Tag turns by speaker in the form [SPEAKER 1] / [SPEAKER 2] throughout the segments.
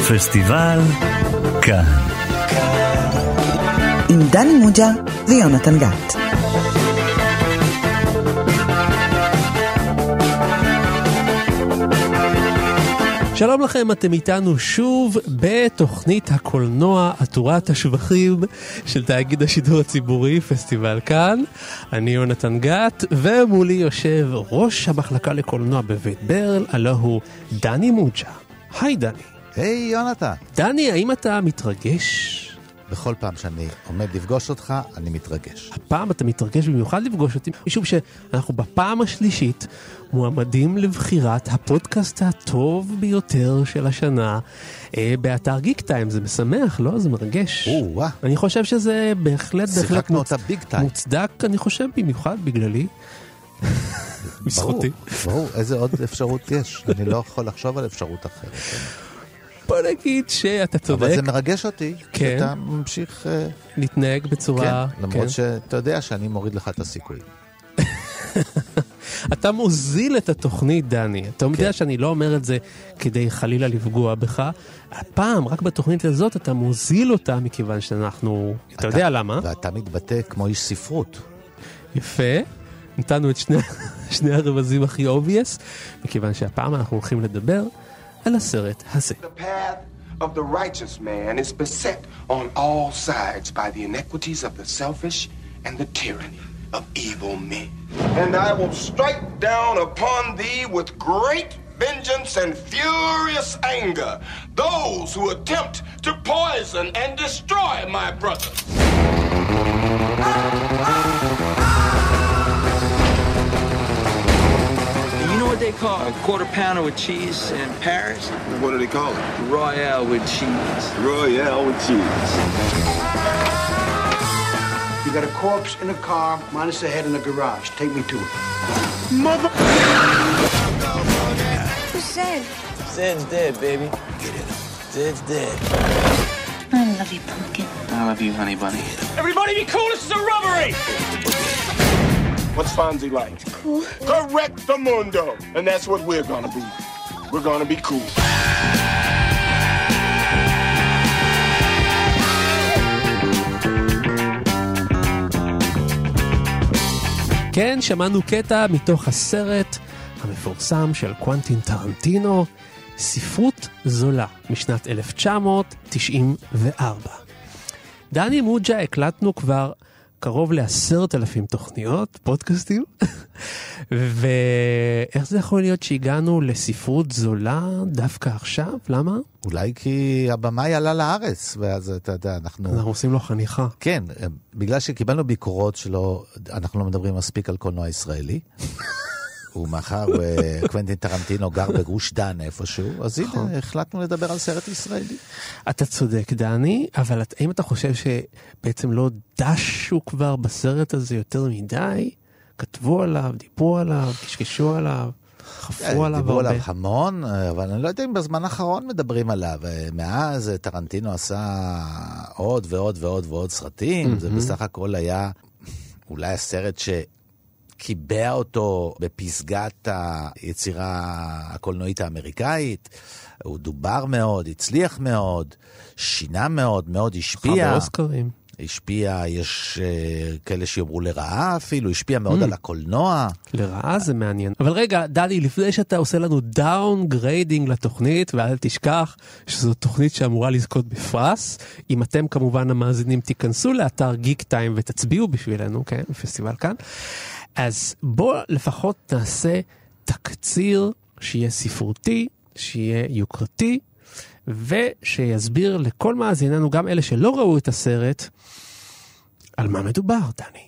[SPEAKER 1] פסטיבל כאן.
[SPEAKER 2] עם דני מוג'ה ויונתן גת.
[SPEAKER 3] שלום לכם, אתם איתנו שוב בתוכנית הקולנוע עטורת השבחים של תאגיד השידור הציבורי, פסטיבל כאן. אני יונתן גת, ומולי יושב ראש המחלקה לקולנוע בבית ברל, הלא הוא דני מוג'ה. היי דני.
[SPEAKER 4] היי יונתן.
[SPEAKER 3] דני, האם אתה מתרגש?
[SPEAKER 4] בכל פעם שאני עומד לפגוש אותך, אני מתרגש.
[SPEAKER 3] הפעם אתה מתרגש במיוחד לפגוש אותי, משום שאנחנו בפעם השלישית מועמדים לבחירת הפודקאסט הטוב ביותר של השנה באתר גיק טיים. זה משמח, לא? זה מרגש. אני חושב שזה בהחלט מוצדק, אני חושב במיוחד בגללי. בזכותי.
[SPEAKER 4] ברור, איזה עוד אפשרות יש? אני לא יכול לחשוב על אפשרות אחרת.
[SPEAKER 3] בוא נגיד שאתה צודק.
[SPEAKER 4] אבל זה מרגש אותי, שאתה ממשיך
[SPEAKER 3] להתנהג בצורה...
[SPEAKER 4] כן, למרות שאתה יודע שאני מוריד לך את הסיכוי.
[SPEAKER 3] אתה מוזיל את התוכנית, דני. אתה יודע שאני לא אומר את זה כדי חלילה לפגוע בך. הפעם, רק בתוכנית הזאת, אתה מוזיל אותה מכיוון שאנחנו... אתה יודע למה?
[SPEAKER 4] ואתה מתבטא כמו איש ספרות.
[SPEAKER 3] יפה. נתנו את שני הרמזים הכי obvious, מכיוון שהפעם אנחנו הולכים לדבר על הסרט הזה.
[SPEAKER 5] The path of the righteous man is beset on all sides by the iniquities of the selfish and the tyranny of evil men. And I will strike down upon thee with great vengeance and furious anger those who attempt to poison and destroy my brothers.
[SPEAKER 6] You know what they call a quarter pounder with cheese in Paris?
[SPEAKER 5] What do they call it?
[SPEAKER 6] Royale with cheese.
[SPEAKER 5] Royale with cheese.
[SPEAKER 7] You got a corpse in a car, minus the head in the garage. Take me to it.
[SPEAKER 5] Mother...
[SPEAKER 8] Who's Sid?
[SPEAKER 6] Sid's dead, baby. Sid's dead.
[SPEAKER 8] I love you, pumpkin.
[SPEAKER 6] I love you, honey bunny.
[SPEAKER 9] Everybody be cool, this is a robbery!
[SPEAKER 5] What's Fonzie like?
[SPEAKER 8] Cool.
[SPEAKER 5] Correcto mundo. And that's what we're gonna be. We're gonna be cool.
[SPEAKER 3] כן, שמענו קטע מתוך הסרט המפורסם של קוונטין טרנטינו, ספרות זולה, משנת 1994. דני מוג'ה, הקלטנו כבר קרוב ל10,000 תוכניות, פודקאסטים, ואיך זה יכול להיות שהגענו לספרות זולה דווקא עכשיו? למה?
[SPEAKER 4] אולי כי הבמאי עלה לארץ, ואז אתה יודע, אנחנו
[SPEAKER 3] עושים לו חניכה.
[SPEAKER 4] כן, בגלל שקיבלנו ביקורות שלו, אנחנו לא מדברים מספיק על קולנוע ישראלי, ומאחר קוונטין טרנטינו גר בגוש דן איפשהו, אז הנה, החלטנו לדבר על סרט ישראלי.
[SPEAKER 3] אתה צודק, דני, אבל האם אתה חושב שבעצם לא דשו כבר בסרט הזה יותר מדי? כתבו עליו, דיברו עליו, קשקשו עליו, חפרו עליו
[SPEAKER 4] דיברו עליו המון, אבל אני לא יודע אם בזמן האחרון מדברים עליו. מאז טרנטינו עשה עוד ועוד ועוד ועוד סרטים, זה בסך הכל היה אולי הסרט קיבע אותו בפסגת היצירה הקולנועית האמריקאית. הוא דובר מאוד, הצליח מאוד, שינה מאוד, מאוד השפיע.
[SPEAKER 3] באוסקרים.
[SPEAKER 4] השפיע, יש כאלה שיאמרו לרעה אפילו, השפיע מאוד על הקולנוע.
[SPEAKER 3] לרעה זה מעניין. אבל רגע, דני, לפני שאתה עושה לנו דאונגריידינג לתוכנית, ואל תשכח שזו תוכנית שאמורה לזכות בפרס, אם אתם כמובן המאזינים תיכנסו לאתר גיק טיים ותצביעו בשבילנו, כן, בפסטיבל כאן. אז בוא לפחות נעשה תקציר שיהיה ספרותי, שיהיה יוקרתי, ושיסביר לכל מאזיננו, גם אלה שלא ראו את הסרט, על מה מדובר, דני.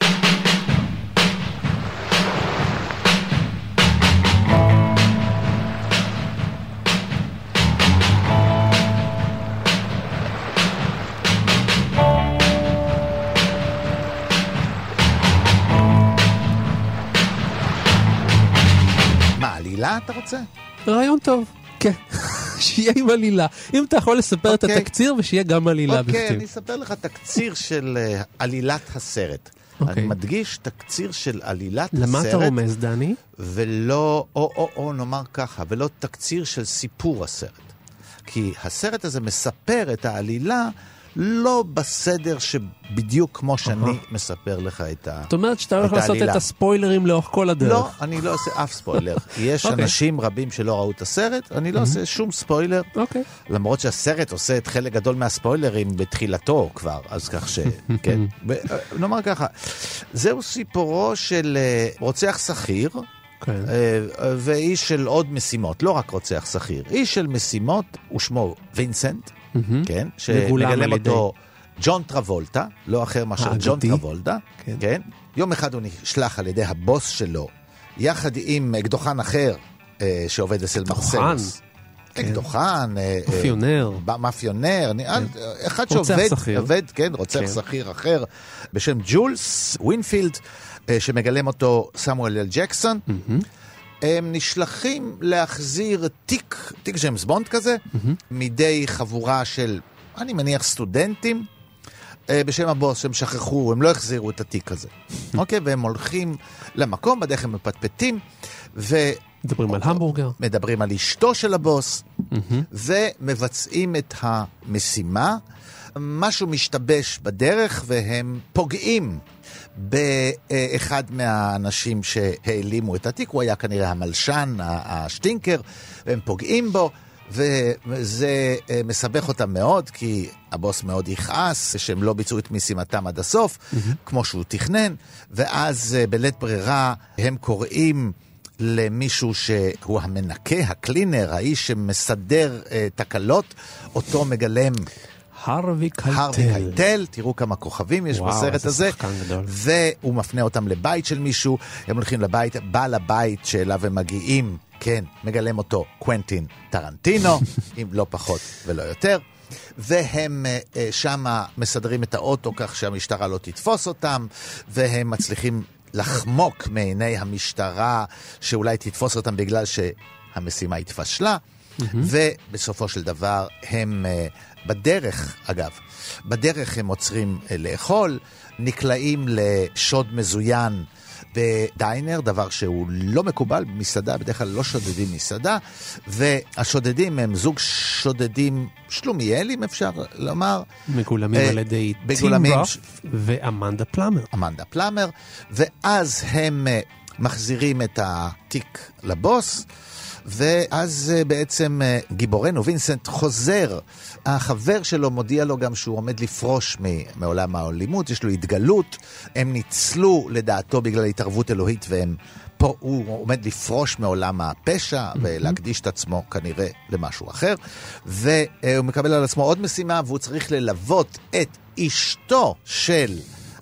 [SPEAKER 4] מה, עלילה אתה רוצה?
[SPEAKER 3] רעיון טוב, כן. שיהיה עם עלילה. אם אתה יכול לספר את התקציר ושיהיה גם עלילה בפנים.
[SPEAKER 4] אוקיי, אני אספר לך תקציר של עלילת הסרט. אני מדגיש תקציר של עלילת הסרט.
[SPEAKER 3] למה אתה רומז, דני?
[SPEAKER 4] ולא, או נאמר ככה, ולא תקציר של סיפור הסרט. כי הסרט הזה מספר את העלילה לא בסדר שבדיוק כמו שאני מספר לך את העלילה.
[SPEAKER 3] זאת אומרת שאתה הולך לעשות את הספוילרים לאורך כל הדרך.
[SPEAKER 4] לא, אני לא עושה אף ספוילר. יש אנשים רבים שלא ראו את הסרט, אני לא עושה שום ספוילר. למרות שהסרט עושה את חלק גדול מהספוילרים בתחילתו כבר, אז כך ש... כן. נאמר ככה, זהו סיפורו של רוצח שכיר, ואיש של עוד משימות, לא רק רוצח שכיר, איש של משימות, ושמו וינסנט, כן, שמגלם אותו ג'ון טרבולטה, לא אחר מאשר ג'ון טרבולטה, כן. יום אחד הוא נשלח על ידי הבוס שלו, יחד עם אקדוחן אחר שעובד אצל מרסלוס. אקדוחן, מאפיונר, אחד שעובד, כן, רוצח שכיר אחר, בשם ג'ולס ווינפילד, שמגלם אותו סמואל אל ג'קסון. הם נשלחים להחזיר תיק ג'יימס בונד כזה, מידי חבורה של, אני מניח, סטודנטים, בשם הבוס שהם שכחו, הם לא החזירו את התיק הזה. אוקיי, והם הולכים למקום, בדרך הם מפטפטים,
[SPEAKER 3] מדברים על המבורגר.
[SPEAKER 4] מדברים על אשתו של הבוס, ומבצעים את המשימה. משהו משתבש בדרך, והם פוגעים באחד מהאנשים שהעלימו את התיק. הוא היה כנראה המלשן, השטינקר, והם פוגעים בו, וזה מסבך אותם מאוד, כי הבוס מאוד יכעס שהם לא ביצעו את משימתם עד הסוף, כמו שהוא תכנן, ואז בלית ברירה הם קוראים למישהו שהוא המנקה, הקלינר, האיש שמסדר תקלות, אותו מגלם
[SPEAKER 3] הרווי
[SPEAKER 4] קייטל, תראו כמה כוכבים יש בסרט הזה, והוא מפנה אותם לבית של מישהו, הם הולכים לבית, בעל הבית שאליו הם מגיעים, כן, מגלם אותו קוונטין טרנטינו, אם לא פחות ולא יותר, והם שם מסדרים את האוטו כך שהמשטרה לא תתפוס אותם, והם מצליחים לחמוק מעיני המשטרה שאולי תתפוס אותם בגלל שהמשימה התפשלה, ובסופו של דבר הם בדרך, אגב, בדרך הם עוצרים לאכול, נקלעים לשוד מזוין בדיינר, דבר שהוא לא מקובל במסעדה, בדרך כלל לא שודדים מסעדה, והשודדים הם זוג שודדים שלומיילים, אפשר לומר.
[SPEAKER 3] מגולמים על ידי טים רוף ואמנדה פלאמר.
[SPEAKER 4] אמנדה פלאמר, ואז הם מחזירים את התיק לבוס, ואז בעצם גיבורנו וינסנט חוזר, החבר שלו מודיע לו גם שהוא עומד לפרוש מעולם האלימות, יש לו התגלות, הם ניצלו לדעתו בגלל התערבות אלוהית, ופה הוא עומד לפרוש מעולם הפשע ולהקדיש את עצמו כנראה למשהו אחר, והוא מקבל על עצמו עוד משימה, והוא צריך ללוות את אשתו של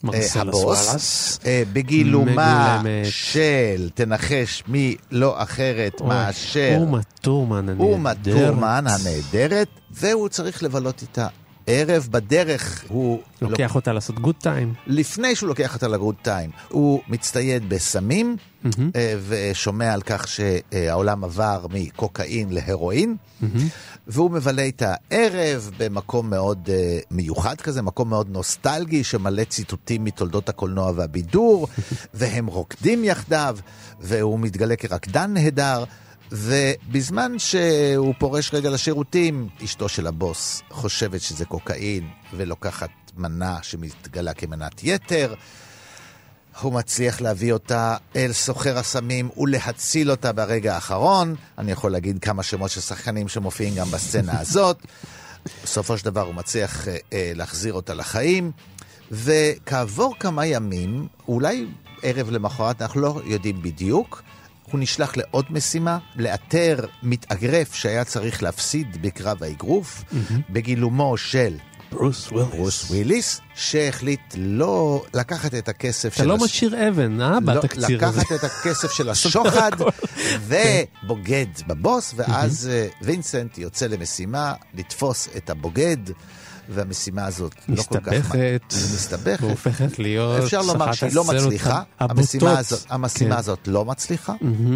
[SPEAKER 4] הבוס, בגילומה של, תנחש מי לא אחרת מאשר אומה טורמן הנהדרת, והוא צריך לבלות איתה ערב. בדרך הוא
[SPEAKER 3] לוקח אותה לעשות גוד טיים.
[SPEAKER 4] לפני שהוא לוקח אותה לגוד טיים, הוא מצטייד בסמים, ושומע על כך שהעולם עבר מקוקאין להרואין, והוא מבלה את הערב במקום מאוד מיוחד כזה, מקום מאוד נוסטלגי, שמלא ציטוטים מתולדות הקולנוע והבידור, והם רוקדים יחדיו, והוא מתגלה כרקדן נהדר, ובזמן שהוא פורש רגע לשירותים, אשתו של הבוס חושבת שזה קוקאין, ולוקחת מנה שמתגלה כמנת יתר. הוא מצליח להביא אותה אל סוחר הסמים ולהציל אותה ברגע האחרון. אני יכול להגיד כמה שמות של שחקנים שמופיעים גם בסצנה הזאת. בסופו של דבר הוא מצליח להחזיר אותה לחיים, וכעבור כמה ימים, אולי ערב למחרת, אנחנו לא יודעים בדיוק, הוא נשלח לעוד משימה, לאתר מתאגרף שהיה צריך להפסיד בקרב האגרוף, בגילומו של ברוס וויליס, שהחליט לא לקחת את הכסף
[SPEAKER 3] אתה לא משאיר אבן, בתקציר הזה.
[SPEAKER 4] לקחת את הכסף של השוחד, ובוגד בבוס, ואז וינסנט יוצא למשימה, לתפוס את הבוגד, והמשימה הזאת לא כל כך מסתבכת,
[SPEAKER 3] והופכת להיות
[SPEAKER 4] אפשר לומר שהיא לא מצליחה, המשימה הזאת לא מצליחה,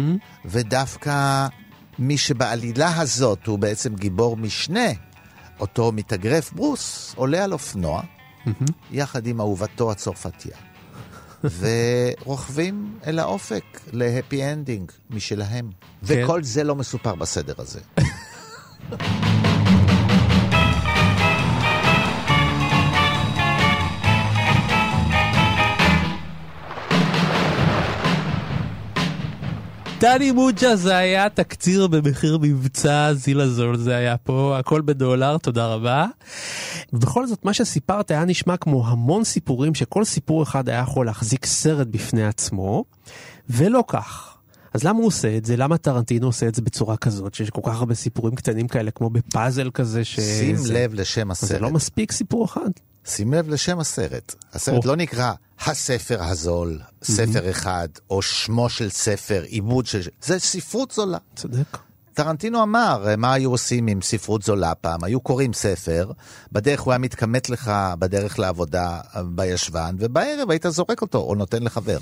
[SPEAKER 4] ודווקא מי שבעלילה הזאת הוא בעצם גיבור משנה, אותו מתאגרף ברוס, עולה על אופנוע, יחד עם אהובתו הצרפתיה, ורוכבים אל האופק להפי אנדינג משלהם, וכל זה לא מסופר בסדר הזה.
[SPEAKER 3] דני מוג'ה, זה היה תקציר במחיר מבצע, זילה זול זה היה פה, הכל בדולר, תודה רבה. ובכל זאת, מה שסיפרת היה נשמע כמו המון סיפורים, שכל סיפור אחד היה יכול להחזיק סרט בפני עצמו, ולא כך. אז למה הוא עושה את זה? למה טרנטינו עושה את זה בצורה כזאת, שיש כל כך הרבה סיפורים קטנים כאלה, כמו בפאזל כזה,
[SPEAKER 4] שים לב לשם הסרט.
[SPEAKER 3] זה לא מספיק סיפור אחד.
[SPEAKER 4] שים לב לשם הסרט. הסרט לא נקרא הספר הזול, ספר אחד, או שמו של ספר, עיבוד של... זה ספרות זולה.
[SPEAKER 3] צודק.
[SPEAKER 4] טרנטינו אמר, מה היו עושים עם ספרות זולה פעם? היו קוראים ספר, בדרך הוא היה מתקמת לך בדרך לעבודה בישבן, ובערב היית זורק אותו, או נותן לחבר.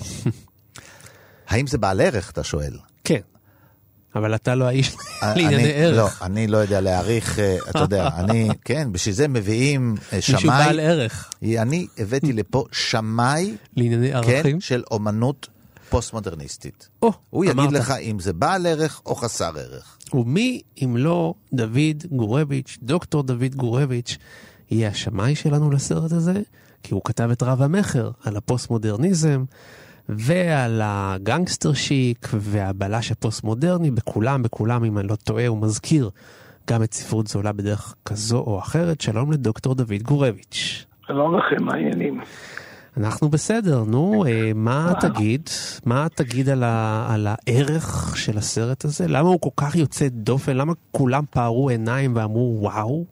[SPEAKER 4] האם זה בעל ערך, אתה שואל?
[SPEAKER 3] כן. אבל אתה לא האיש לענייני ערך.
[SPEAKER 4] לא, אני לא יודע להעריך, אתה יודע, כן, בשביל זה מביאים שמאי.
[SPEAKER 3] מישהו בעל ערך.
[SPEAKER 4] אני הבאתי לפה שמאי,
[SPEAKER 3] לענייני ערכים?
[SPEAKER 4] כן, של אומנות פוסט-מודרניסטית. הוא יגיד לך אם זה בעל ערך או חסר ערך.
[SPEAKER 3] ומי אם לא דוד גורביץ', דוקטור דוד גורביץ', יהיה השמאי שלנו לסרט הזה, כי הוא כתב את רב המחר על הפוסט-מודרניזם, ועל הגנגסטר שיק והבלש הפוסט-מודרני, בכולם, אם אני לא טועה, הוא מזכיר גם את ספרות זולה בדרך כזו או אחרת. שלום לדוקטור דוד גורביץ'.
[SPEAKER 10] שלום לכם, מה העניינים?
[SPEAKER 3] אנחנו בסדר, נו, מה תגיד על הערך של הסרט הזה? למה הוא כל כך יוצא דופן? למה כולם פערו עיניים ואמרו וואו?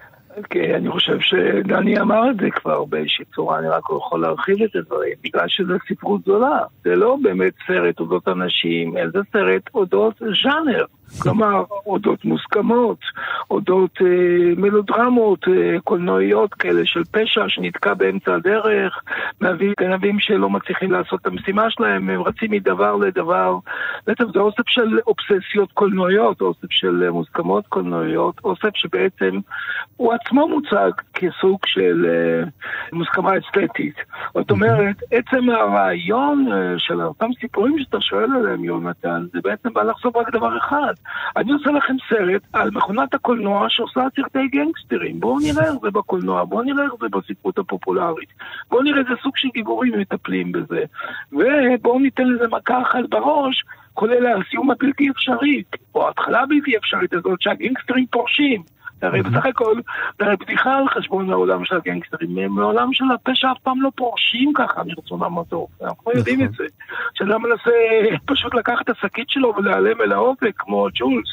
[SPEAKER 10] אני חושב שדני אמר את זה כבר באיזושהי צורה, אני רק יכול להרחיב את הדברים, בגלל שזה ספרות זולה. זה לא באמת סרט אודות אנשים, אלא זה סרט אודות ז'אנר. כלומר, אודות מוסכמות, אודות מלודרמות, קולנועיות כאלה של פשע שנתקע באמצע הדרך, מהביא גנבים שלא מצליחים לעשות את המשימה שלהם, הם רצים מדבר לדבר. בעצם זה אוסף של אובססיות קולנועיות, אוסף של מוסכמות קולנועיות, אוסף שבעצם הוא עצמו מוצג כסוג של מוסכמה אסתטית. זאת אומרת, עצם הרעיון של אותם סיפורים שאתה שואל עליהם, יונתן, זה בעצם בא לחשוף רק דבר אחד. אני עושה לכם סרט על מכונת הקולנוע שעושה סרטי גנגסטרים. בואו נראה איך זה בקולנוע, בואו נראה איך זה בספרות הפופולרית. בואו נראה איזה סוג של גיבורים מטפלים בזה. ובואו ניתן לזה מכה אחת בראש, כולל הסיום הבלתי אפשרי, או ההתחלה הבלתי אפשרית הזאת שהגנגסטרים פורשים. הרי בסך הכל, זה הרי בדיחה על חשבון העולם של הגנגסטרים, מעולם של הפשע אף פעם לא פורשים ככה מרצונם הטוב, אנחנו יודעים את זה, שאדם מנסה פשוט לקחת את השקית שלו ולהיעלם אל האופק, כמו ג'ולס,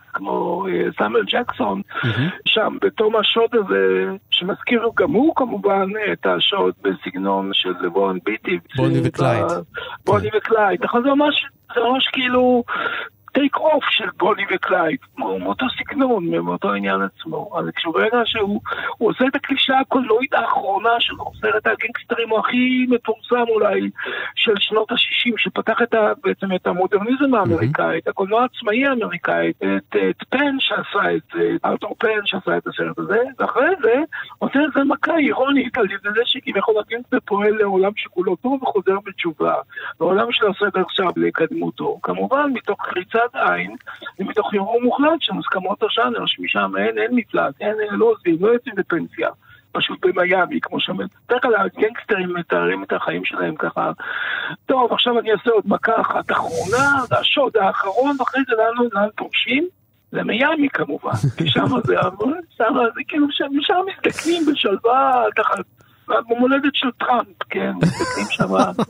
[SPEAKER 10] כמו סמואל ג'קסון, שם בתום השוד הזה, שמזכיר גם הוא כמובן את השוד בסגנון של בוני וקלייד. בוני וקלייד, זה ממש כאילו... טייק אוף של בוני וקלייד, מאותו סגנון, מאותו עניין עצמו. אז כשברגע שהוא עושה את הקלישה הקולנועית האחרונה שלו, סרט הגנגסטרים הוא הכי מפורסם אולי של שנות ה-60, שפתח בעצם את המודרניזם האמריקאי, את הקולנוע העצמאי האמריקאי, את פן שעשה את זה, ארתור פן שעשה את הסרט הזה, ואחרי זה עושה את זה מכה אירונית על ידי זה שכביכול הגנגסטר פועל לעולם שכולו טוב וחוזר בתשובה, לעולם של הסרט עכשיו לקדמותו. כמובן מתוך קריצת עין, ומתוך ירור מוחלט של מוסכמות הז'אנר, שמשם אין מפלט, אין לא עוזבים, לא יוצאים בפנסיה, פשוט במיימי, כמו שאומרת. בדרך כלל הגנגסטרים מתארים את החיים שלהם ככה, טוב, עכשיו אני אעשה עוד מכה אחת אחרונה, השוד האחרון, ואחרי זה לאן פורשים? למיימי כמובן, כי שם זה כאילו משם מזדקנים בשלווה, תחת במולדת של טראמפ, כן, מסתכלים שם,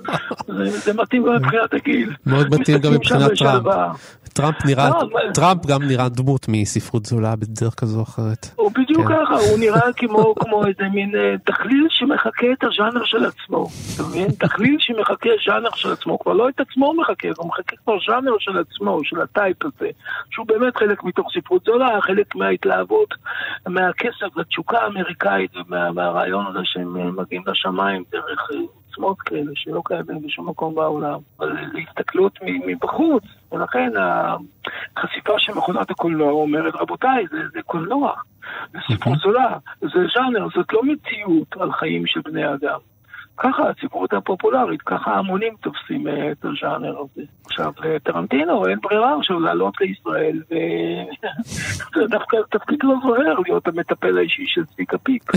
[SPEAKER 10] זה מתאים גם מבחינת הגיל.
[SPEAKER 3] מאוד מתאים גם מבחינת טראמפ. טראמפ גם נראה דמות מספרות זולה בדרך כזו או אחרת.
[SPEAKER 10] הוא בדיוק ככה, הוא נראה כמו איזה מין תכליל שמחכה את הז'אנר של עצמו. תכליל שמחכה ז'אנר של עצמו, כבר לא את עצמו מחכה, הוא מחכה כבר ז'אנר של עצמו, של הטייפ הזה, שהוא באמת חלק מתוך ספרות זולה, חלק מההתלהבות, מהכסף, לתשוקה האמריקאית, מהרעיון הזה שהם מגיעים לשמיים דרך עוצמות כאלה שלא קיימים בשום מקום בעולם, אבל להסתכלות מבחוץ, ולכן החשיפה של מכונת הקולנוע אומרת, רבותיי, זה קולנוע, זה ספרות זולה, זה ז'אנר, זאת לא מציאות על חיים של בני אדם. ככה הציבוריות הפופולרית, ככה המונים תופסים את הז'אנר הזה. עכשיו, טרנטינו אין ברירה עכשיו לעלות לישראל, וזה דווקא תפקיד לא זוהר להיות המטפל האישי של צביקה פיק.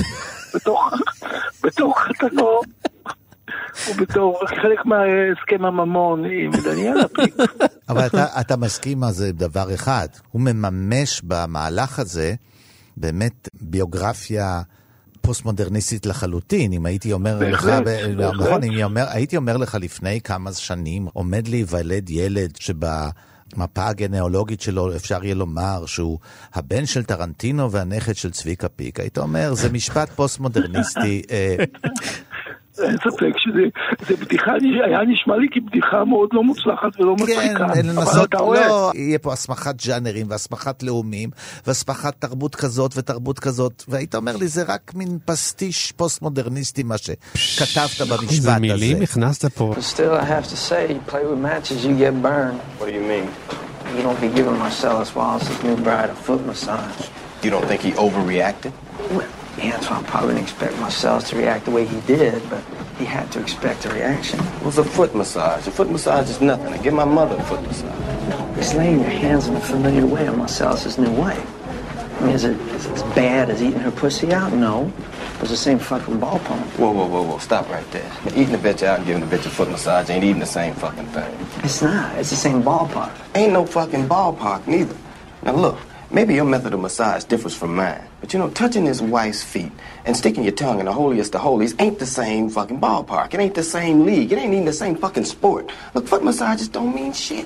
[SPEAKER 10] בתור חתנו, ובתור חלק מהסכם הממון עם דניאלה פיק.
[SPEAKER 4] אבל אתה מסכים מה זה דבר אחד. הוא מממש במהלך הזה באמת ביוגרפיה פוסט-מודרניסטית לחלוטין. אם הייתי אומר לך, נכון, הייתי אומר לך לפני כמה שנים, עומד להיוולד ילד שבמפה הגנאולוגית שלו אפשר יהיה לומר שהוא הבן של טרנטינו והנכד של צביקה פיק. היית אומר, זה משפט פוסט-מודרניסטי.
[SPEAKER 10] אין ספק שזה בדיחה, היה נשמע לי כבדיחה מאוד לא מוצלחת ולא מצחיקה.
[SPEAKER 4] כן, לנסות, לא, יהיה פה הסמכת ג'אנרים והסמכת לאומים, והסמכת תרבות כזאת ותרבות כזאת, והיית אומר לי, זה רק מין פסטיש פוסט-מודרניסטי מה שכתבת במשפט הזה.
[SPEAKER 3] איזה מילים הכנסת פה.
[SPEAKER 6] Still, I have to say, you play with matches, you get burned.
[SPEAKER 5] What do you mean?
[SPEAKER 6] You don't be giving Marcellus Wallace's new bride a foot massage.
[SPEAKER 5] You don't think he overreacted?
[SPEAKER 6] Well, yeah, that's why I probably didn't expect Marcellus to react the way he did, but he had to expect a reaction.
[SPEAKER 5] It was a foot massage. A foot massage is nothing. I give my mother a foot massage.
[SPEAKER 6] No, it's laying your hands in a familiar way on Marcellus's new wife. I mean, is it as bad as eating her pussy out? No. It was the same fucking ball pump.
[SPEAKER 5] Whoa. Stop right there. Eating a bitch out and giving a bitch a foot massage ain't eating the same fucking thing.
[SPEAKER 6] It's not. It's the same ballpark.
[SPEAKER 5] Ain't no fucking ballpark neither. Now look, maybe your method of massage differs from mine. But you know, touching his wife's feet and sticking your tongue in the holiest of holies ain't the same fucking ballpark. It ain't the same league. It ain't even the same fucking sport. Look, foot massages don't mean shit.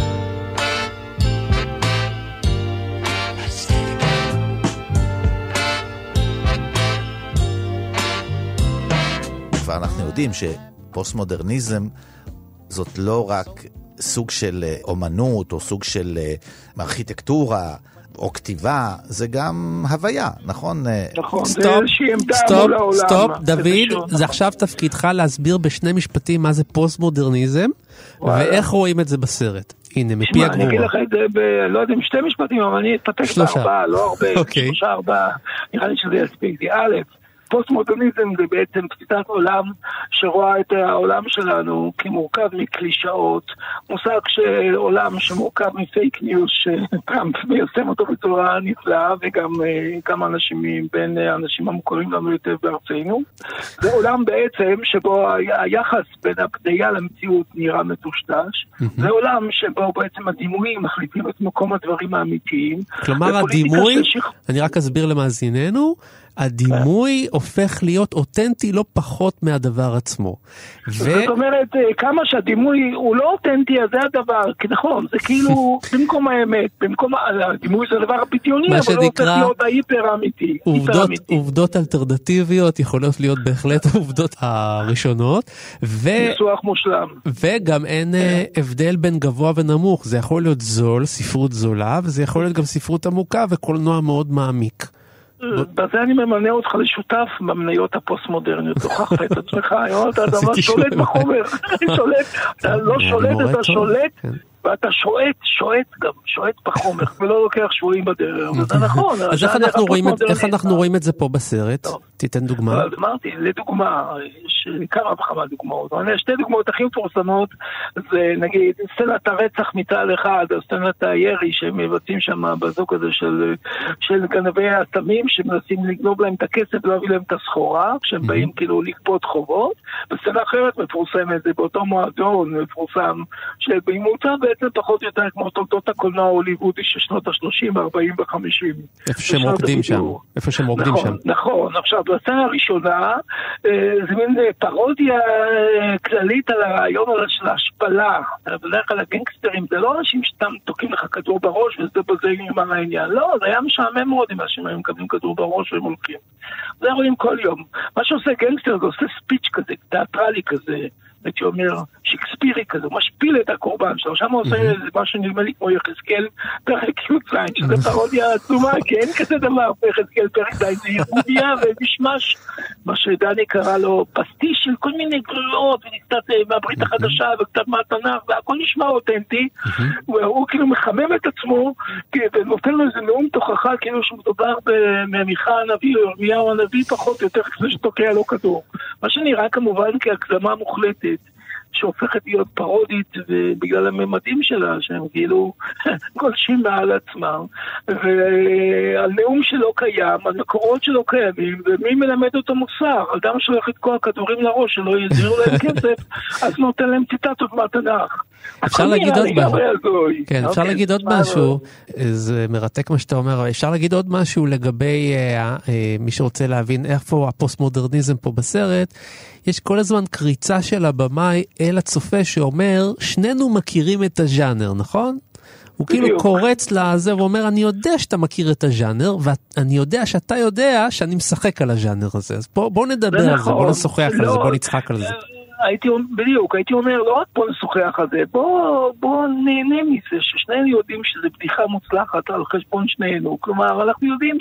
[SPEAKER 4] ואנחנו יודעים שפוסט-מודרניזם זאת לא רק סוג של אומנות או סוג של ארכיטקטורה או כתיבה, זה גם הוויה, נכון?
[SPEAKER 10] נכון, זה איזושהי עמדה מול העולם.
[SPEAKER 3] סטופ, דוד, זה עכשיו תפקידך להסביר בשני משפטים מה זה פוסט-מודרניזם, ואיך רואים את זה בסרט. הנה, מפי הגבורה.
[SPEAKER 10] אני אגיד לך את זה לא יודע, שתי משפטים, אבל אני אתפתק בארבעה, לא הרבה, 3-4, נראה לי שזה יספיק. א', פוסט-מודרניזם זה בעצם תפיסת עולם שרואה את העולם שלנו כמורכב מקלישאות, מושג של עולם שמורכב מפייק ניוז שטראמפ מיישם אותו בצורה נפלאה, וגם כמה אנשים בין האנשים המוכרים לנו יותר בארצנו. זה עולם בעצם שבו היחס בין הבדיה למציאות נראה מטושטש, זה עולם שבו בעצם הדימויים מחליטים את מקום הדברים האמיתיים.
[SPEAKER 3] כלומר הדימוי, אני רק אסביר למאזיננו, הדימוי הופך להיות אותנטי לא פחות מהדבר עצמו.
[SPEAKER 10] זאת אומרת, כמה שהדימוי הוא לא אותנטי, אז זה הדבר, כי נכון, זה כאילו במקום האמת, הדימוי זה הדבר בדיוני, אבל לא הופך להיות ההיפר האמיתי.
[SPEAKER 3] עובדות אלטרנטיביות יכולות להיות בהחלט העובדות הראשונות,
[SPEAKER 10] ניסוח מושלם.
[SPEAKER 3] וגם אין הבדל בין גבוה ונמוך, זה יכול להיות זול, ספרות זולה, וזה יכול להיות גם ספרות עמוקה וקולנוע מאוד מעמיק.
[SPEAKER 10] בזה אני ממנה אותך לשותף במניות הפוסט-מודרניות, תוכחת את עצמך, אתה דבר שולט בחומר, אתה לא שולט, אתה שולט, ואתה שועט בחומר, ולא לוקח שבועים בדרך, וזה נכון.
[SPEAKER 3] אז איך אנחנו רואים את זה פה בסרט? תיתן דוגמה.
[SPEAKER 10] אמרתי, לדוגמה, כמה וכמה דוגמאות, שתי דוגמאות הכי מפורסמות, זה נגיד סצנת הרצח מצד אחד, או סצנת הירי שהם מבצעים שם בזוג הזה של גנבי הסמים, שמנסים לגנוב להם את הכסף ולהביא להם את הסחורה, כשהם באים כאילו לקפות חובות. בסצנה אחרת מפורסמת, זה באותו מועדון מפורסם, שבממוצע בעצם פחות או יותר כמו תולדות הקולנוע ההוליוודי של שנות ה-30, 40 ו-50.
[SPEAKER 3] איפה שהם רוקדים שם.
[SPEAKER 10] נכון. עכשיו, בסצנה הראשונה, זה מין פרודיה כללית על הרעיון של ההשפלה. בדרך כלל הגנגסטרים, זה לא אנשים שתם תוקעים לך כדור בראש, וזה בזה נגמר העניין. לא, זה היה משעמם מאוד אם אנשים היו מקבלים כדור בראש והם הולכים. זה רואים כל יום. מה שעושה גנגסטר, זה עושה ספיץ' כזה, תיאטרלי כזה, הייתי אומר, שקספירי כזה, הוא משפיל את הקורבן שלו, שם הוא עושה משהו נראה לי כמו יחזקאל פרק יוצאין, שזה פרודיה עצומה, כי אין כזה דבר, יחזקאל פרק יוצאין, זה יחודיה ומשמש, מה שדני קרא לו פסטיש של כל מיני גלולות, וקצת מהברית החדשה, וקצת מהתנ"ך, והכל נשמע אותנטי, והוא כאילו מחמם את עצמו, ונותן לו איזה נאום תוכחה, כאילו שמדובר במיכה הנביא, או ירמיהו הנביא פחות, יותר כזה שתוקע לו כדור. מה שנראה כמובן כהגזמה מוחלטת, שהופכת להיות פרודית בגלל הממדים שלה, שהם כאילו גולשים מעל עצמם, ועל נאום שלא קיים, על מקורות שלא קיימים, ומי מלמד אותו מוסר? אדם שהולך לתקוע כדורים לראש שלא יזירו להם כסף, אז נותן להם ציטטות מהתנ"ך.
[SPEAKER 3] אפשר להגיד עוד משהו. כן, אפשר להגיד עוד משהו, זה מרתק מה שאתה אומר, אפשר להגיד עוד משהו לגבי מי שרוצה להבין איפה הפוסט-מודרניזם פה בסרט. יש כל הזמן קריצה של הבמאי אל הצופה שאומר, שנינו מכירים את הז'אנר, נכון? הוא כאילו קורץ לזה ואומר, אני יודע שאתה מכיר את הז'אנר, ואני יודע שאתה יודע שאני משחק על הז'אנר הזה. אז בוא נדבר על זה, בוא נשוחח על זה, בוא נצחק על זה.
[SPEAKER 10] הייתי אומר, לא רק בוא נשוחח על זה, בוא נהנה מזה, ששנינו יודעים שזה בדיחה מוצלחת על חשבון שנינו. כלומר, אנחנו יודעים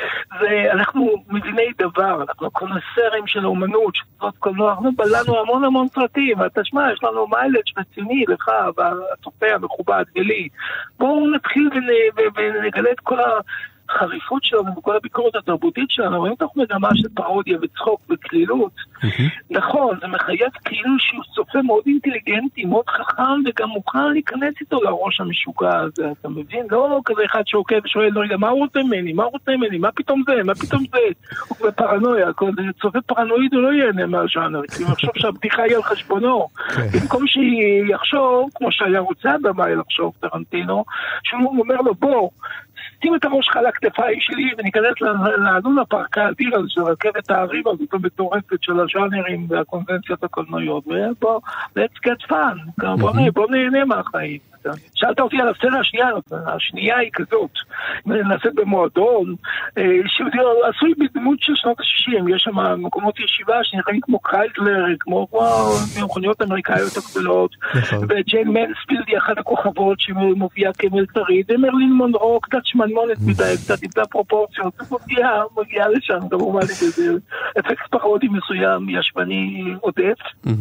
[SPEAKER 10] שאנחנו מביני דבר, אנחנו קונסרים של האומנות, אנחנו בלענו המון סרטים, אתה שמע, יש לנו מיילג' רציני לך, והצופה המכובד ולי. בואו נתחיל ונגלה את כל החריפות שלנו וכל הביקורת התרבותית שלנו, רואים תוך מגמה של פרודיה וצחוק וכלילות. נכון, זה מחייב כאילו שהוא צופה מאוד אינטליגנטי, מאוד חכם, וגם מוכן להיכנס איתו לראש המשוגע הזה, אתה מבין? לא כזה אחד שעוקב ושואל, לא רגע, מה הוא רוצה ממני? מה פתאום זה? הוא כבר פרנויה, צופה פרנואיד הוא לא יהנה מהז'אנר, כי הוא יחשוב שהבדיחה היא על חשבונו. במקום שיחשוב, כמו שהיה רוצה במאי לחשוב טרנטינו, שהוא אומר לו, בוא, שים את הראש על הכתפיים שלי וניכנס ללונה פארק האדיר הזה של רכבת הערים הזאת המטורפת של הז'אנרים והקונבנציות הקולנועיות, ובוא, let's get fun, בוא נהנה מהחיים. שאלת אותי על הסצנה השנייה היא כזאת, נעשית במועדון, שעשוי בדמות של שנות ה-60, יש שם מקומות ישיבה שנראים כמו קרייזלר, כמו מכוניות אמריקאיות הגדולות, וג'יין מנספילד היא אחת הכוכבות שמופיעה כמלצרית, ומרלין מונרו קצת שמנמונת מדי, קצת איבדה פרופורציות, מגיעה לשם, כמובן איזה אפקט פרודי מסוים, ישבני עודף,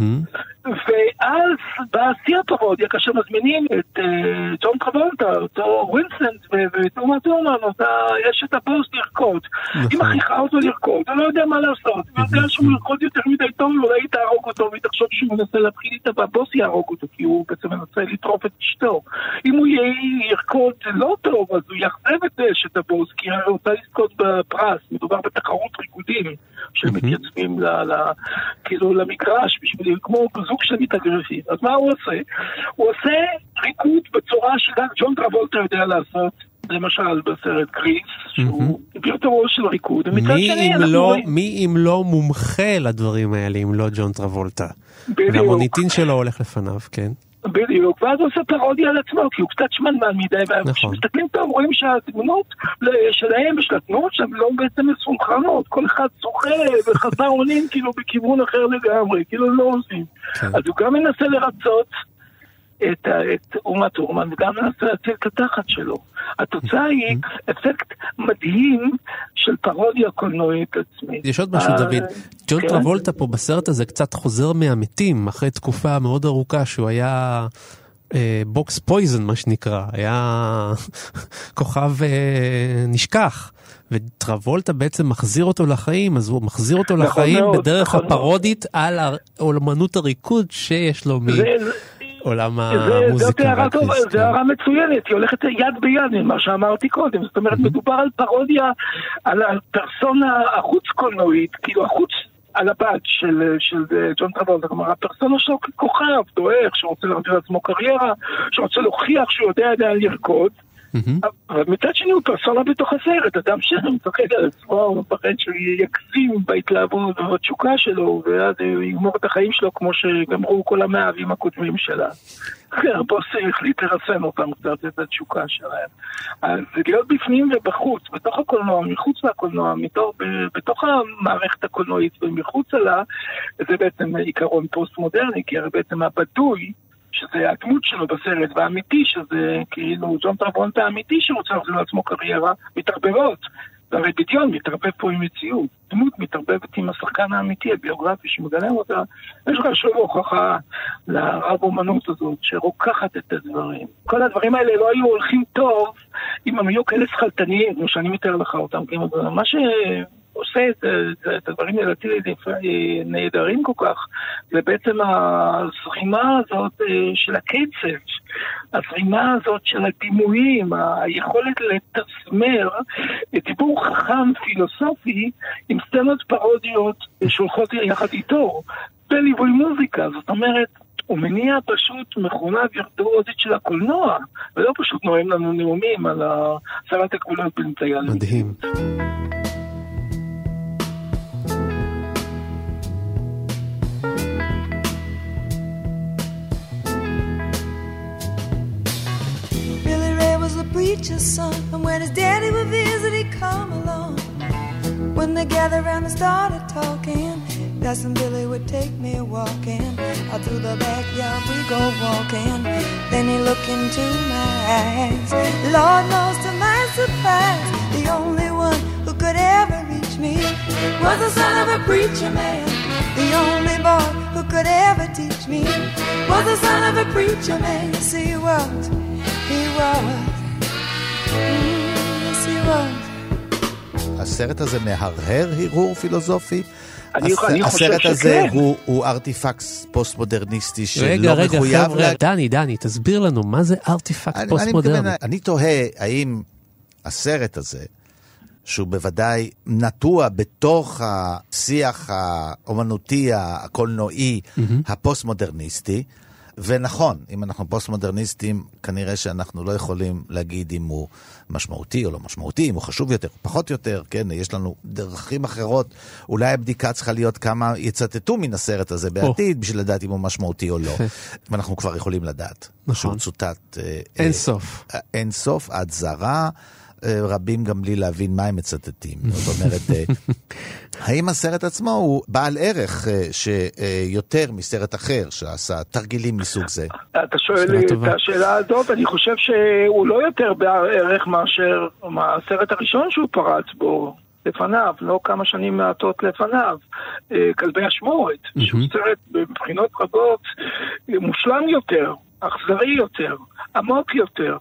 [SPEAKER 10] ואז בשיא הפרודיה, כאשר מזמינים את ג'ון טרבולטה, אותו ווינסנט ותומה תורמן, יש את הבוס לרקוד. היא מכריחה אותו לרקוד, הוא לא יודע מה לעשות. הוא יודע שהוא לרקוד יותר מדי טוב, אולי היא תהרוג אותו, והיא תחשוב שהוא מנסה להתחיל איתה, והבוס יהרוג אותו, כי הוא בעצם מנסה לטרוף את אשתו. אם הוא ירקוד לא טוב, אז הוא יחזב את אשת הבוס, כי הוא רוצה לזכות בפרס. מדובר בתחרות ריקודים, שמתייצבים כאילו למגרש, כמו זוג של מתאגרפים. אז מה הוא עושה? הוא עושה ריקוד בצורה שגם ג'ון טרבולטה יודע לעשות, למשל בסרט קריס, שהוא בירטורוס של ריקוד.
[SPEAKER 3] מי אם לא מומחה לדברים האלה, אם לא ג'ון טרבולטה? והמוניטין שלו הולך לפניו, כן?
[SPEAKER 10] בדיוק, ואז הוא עושה פרודיה על עצמו, כי הוא קצת שמנמן מדי, וכשמסתכלים טוב רואים שהתמונות שלהם ושל התנועות שם לא בעצם מסונכרנות, כל אחד שוחה וחסר אונים כאילו בכיוון אחר לגמרי, כאילו לא עושים. אז הוא גם מנסה לרצות את אומה תורמן, וגם מנסה להציל את התחת שלו. התוצאה היא אפקט מדהים של פרודיה קולנועית עצמית.
[SPEAKER 3] יש עוד משהו, דוד. ג'ון טרבולטה פה בסרט הזה קצת חוזר מהמתים, אחרי תקופה מאוד ארוכה שהוא היה בוקס פויזן, מה שנקרא. היה כוכב נשכח. וטרבולטה בעצם מחזיר אותו לחיים, אז הוא מחזיר אותו לחיים בדרך הפרודית על האומנות הריקוד שיש לו עולם המוזיקה והקריס.
[SPEAKER 10] זה הערה מצוינת, היא הולכת יד ביד מה שאמרתי קודם, זאת אומרת מדובר על פרודיה, על הפרסונה החוץ קולנועית, כאילו החוץ על הבת של ג'ון טרבולטה, כלומר הפרסונה שלו ככוכב, דואך, שרוצה להרגיל לעצמו קריירה, שרוצה להוכיח שהוא יודע לרקוד, אבל מצד שני הוא פרסונה בתוך הסרט, אדם שמפחד על עצמו, הוא מפחד שהוא יקסים בהתלהבות ובתשוקה שלו, ואז הוא יגמור את החיים שלו כמו שגמרו כל המאהבים הקודמים שלה. הבוס החליט לרסן אותם קצת את התשוקה שלהם. אז להיות בפנים ובחוץ, בתוך הקולנוע, מחוץ לקולנוע, בתוך המערכת הקולנועית ומחוץ לה, זה בעצם עיקרון פוסט-מודרני, כי הרי בעצם הבדוי, שזה הדמות שלו בסרט, והאמיתי שזה כאילו ג'ון טרבולטה האמיתי שרוצה להחזיר לעצמו קריירה, מתערבבות. והרי בדיון מתערבב פה עם מציאות. דמות מתערבבת עם השחקן האמיתי, הביוגרפי שמגלם אותה. יש לך שוב הוכחה לרב אומנות הזאת, שרוקחת את הדברים. כל הדברים האלה לא היו הולכים טוב, אם הם היו כאלה שחלטניים, כמו שאני מתאר לך אותם. מה עושה את הדברים נהדרים כל כך, זה בעצם הזרימה הזאת של הקצב, הזרימה הזאת של הדימויים, היכולת לתסמר דיבור חכם פילוסופי עם סצנות פרודיות שהולכות יחד איתו, בליווי מוזיקה. זאת אומרת, הוא מניע פשוט מכונה וירטואוזית של הקולנוע, ולא פשוט נואם לנו נאומים על הסרת הגבולות בין ציילים.
[SPEAKER 3] מדהים.
[SPEAKER 11] Billy Ray was a preacher's son, and when his daddy would visit, he'd come along. When they gathered around and started talking, Cousin Billy would take me walking. Out through the backyard we go walking. Then he looked into my eyes. Lord knows to my surprise, the only one who could ever reach me was the son of a preacher man. The only boy who could ever teach me was the son of a preacher man. Yes, he was. He was. Yes, he was.
[SPEAKER 4] הסרט הזה מהרהר הרהור פילוסופי?
[SPEAKER 10] הסרט
[SPEAKER 4] הזה הוא ארטיפקס פוסט-מודרניסטי שלא מחויב...
[SPEAKER 3] רגע, דני, תסביר לנו, מה זה ארטיפקס פוסט-מודרני?
[SPEAKER 4] אני תוהה האם הסרט הזה, שהוא בוודאי נטוע בתוך השיח האומנותי, הקולנועי, הפוסט-מודרניסטי, ונכון, אם אנחנו פוסט-מודרניסטים, כנראה שאנחנו לא יכולים להגיד אם הוא משמעותי או לא משמעותי, אם הוא חשוב יותר, פחות יותר, כן, יש לנו דרכים אחרות, אולי הבדיקה צריכה להיות כמה יצטטו מן הסרט הזה בעתיד, בשביל לדעת אם הוא משמעותי או לא. ואנחנו כבר יכולים לדעת. שהוא צוטט... אין סוף, עד זרה, רבים גם בלי להבין מה הם מצטטים. זאת אומרת, האם הסרט עצמו הוא בעל ערך שיותר מסרט אחר שעשה תרגילים מסוג זה?
[SPEAKER 10] אתה שואל לי את השאלה הזאת, אני חושב שהוא לא יותר בעל ערך מאשר הסרט הראשון שהוא פרץ בו לפניו, לא כמה שנים מעטות לפניו, כלבי השמורת, שהוא סרט מבחינות רבות מושלם יותר, אכזרי יותר, עמוק יותר,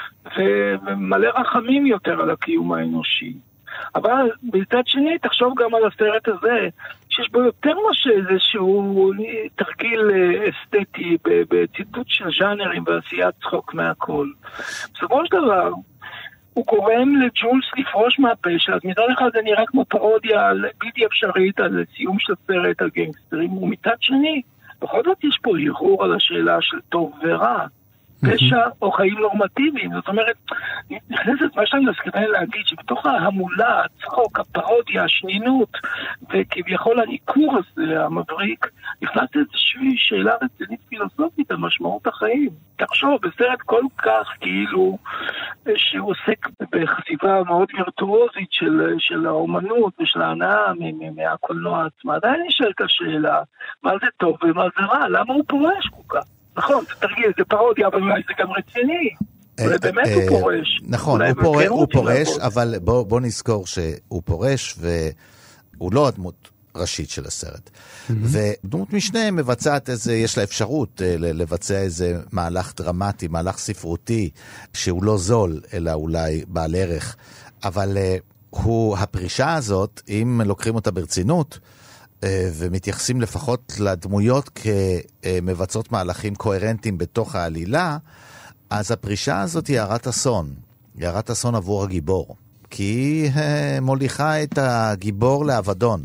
[SPEAKER 10] ומלא רחמים יותר על הקיום האנושי. אבל בצד שני, תחשוב גם על הסרט הזה, שיש בו יותר איזשהו תרגיל אסתטי בציטוט של ז'אנרים ועשיית צחוק מהכל. בסופו של דבר, הוא גורם לג'ולס לפרוש מהפשע, אז מצד אחד זה נראה כמו פרודיה בלתי אפשרית על סיום של סרט על גנגסטרים, ומצד שני, בכל זאת יש פה הרהור על השאלה של טוב ורע. פשע או חיים נורמטיביים. זאת אומרת, נכנסת מה שאני מסכימה להגיד, שבתוך ההמולה, הצחוק, הפרודיה, השנינות, וכביכול העיקור הזה, המבריק, נכנסת איזושהי שאלה רצינית פילוסופית על משמעות החיים. תחשוב, בסרט כל כך כאילו, שהוא עוסק בחשיבה מאוד וירטואוזית של האומנות ושל ההנאה מהקולנוע עצמה. עדיין נשאלת השאלה, מה זה טוב ומה זה רע? למה הוא פורש כל כך? נכון, תרגיל, זה פרודיה, אבל אולי זה גם רציני. אולי באמת הוא פורש.
[SPEAKER 4] נכון, הוא פורש, אבל בוא נזכור שהוא פורש, והוא לא הדמות ראשית של הסרט. ודמות משנה מבצעת יש לה אפשרות לבצע איזה מהלך דרמטי, מהלך ספרותי, שהוא לא זול, אלא אולי בעל ערך. אבל הפרישה הזאת, אם לוקחים אותה ברצינות, ומתייחסים לפחות לדמויות כמבצעות מהלכים קוהרנטיים בתוך העלילה, אז הפרישה הזאת היא הרת אסון. היא הרת אסון עבור הגיבור. כי היא מוליכה את הגיבור לאבדון.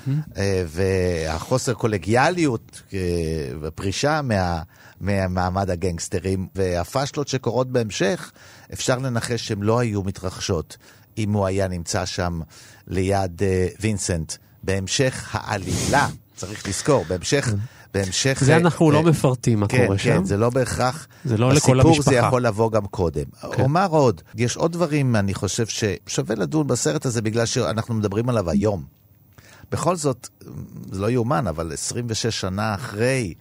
[SPEAKER 4] והחוסר קולגיאליות ופרישה מהמעמד הגנגסטרים, והפשלות שקורות בהמשך, אפשר לנחש שהם לא היו מתרחשות אם הוא היה נמצא שם ליד וינסנט. בהמשך העלילה, צריך לזכור, בהמשך...
[SPEAKER 3] זה אנחנו לא מפרטים מה קורה שם.
[SPEAKER 4] כן, זה לא בהכרח,
[SPEAKER 3] זה לא לכל
[SPEAKER 4] הסיפור
[SPEAKER 3] המשפחה.
[SPEAKER 4] זה יכול לבוא גם קודם. אומר עוד, יש עוד דברים, אני חושב ששווה לדון בסרט הזה, בגלל שאנחנו מדברים עליו היום. בכל זאת, זה לא יאומן, אבל 26 שנה אחרי,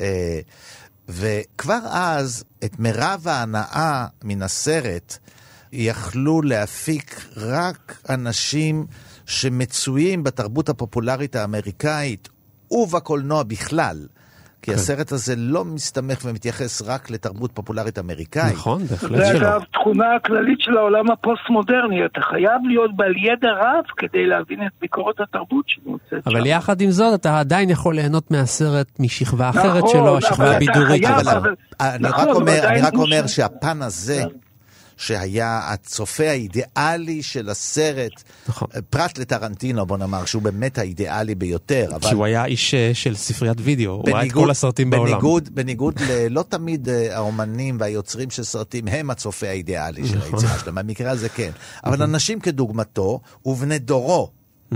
[SPEAKER 4] וכבר אז, את מרב ההנאה מן הסרט, יכלו להפיק רק אנשים שמצויים בתרבות הפופולרית האמריקאית ובקולנוע בכלל, כי הסרט הזה לא מסתמך ומתייחס רק לתרבות פופולרית אמריקאית.
[SPEAKER 3] נכון, בהחלט
[SPEAKER 10] זה
[SPEAKER 3] שלא.
[SPEAKER 10] אגב תכונה הכללית של העולם הפוסט-מודרני, אתה חייב להיות בעל ידע רב כדי להבין את ביקורת התרבות שנמצאת שם.
[SPEAKER 3] אבל יחד עם זאת, אתה עדיין יכול ליהנות מהסרט משכבה אחרת שלו, השכבה הבידורית שלו.
[SPEAKER 4] אני רק אומר שהפן הזה, שהיה הצופה האידיאלי של הסרט, פרט לטרנטינו, בוא נאמר, שהוא באמת האידיאלי ביותר.
[SPEAKER 3] כי הוא היה איש של ספריית וידאו, הוא ראה את כל הסרטים בעולם.
[SPEAKER 4] בניגוד לא תמיד האומנים והיוצרים של סרטים הם הצופה האידיאלי של היצירה שלהם, במקרה הזה כן. אבל אנשים כדוגמתו ובני דורו,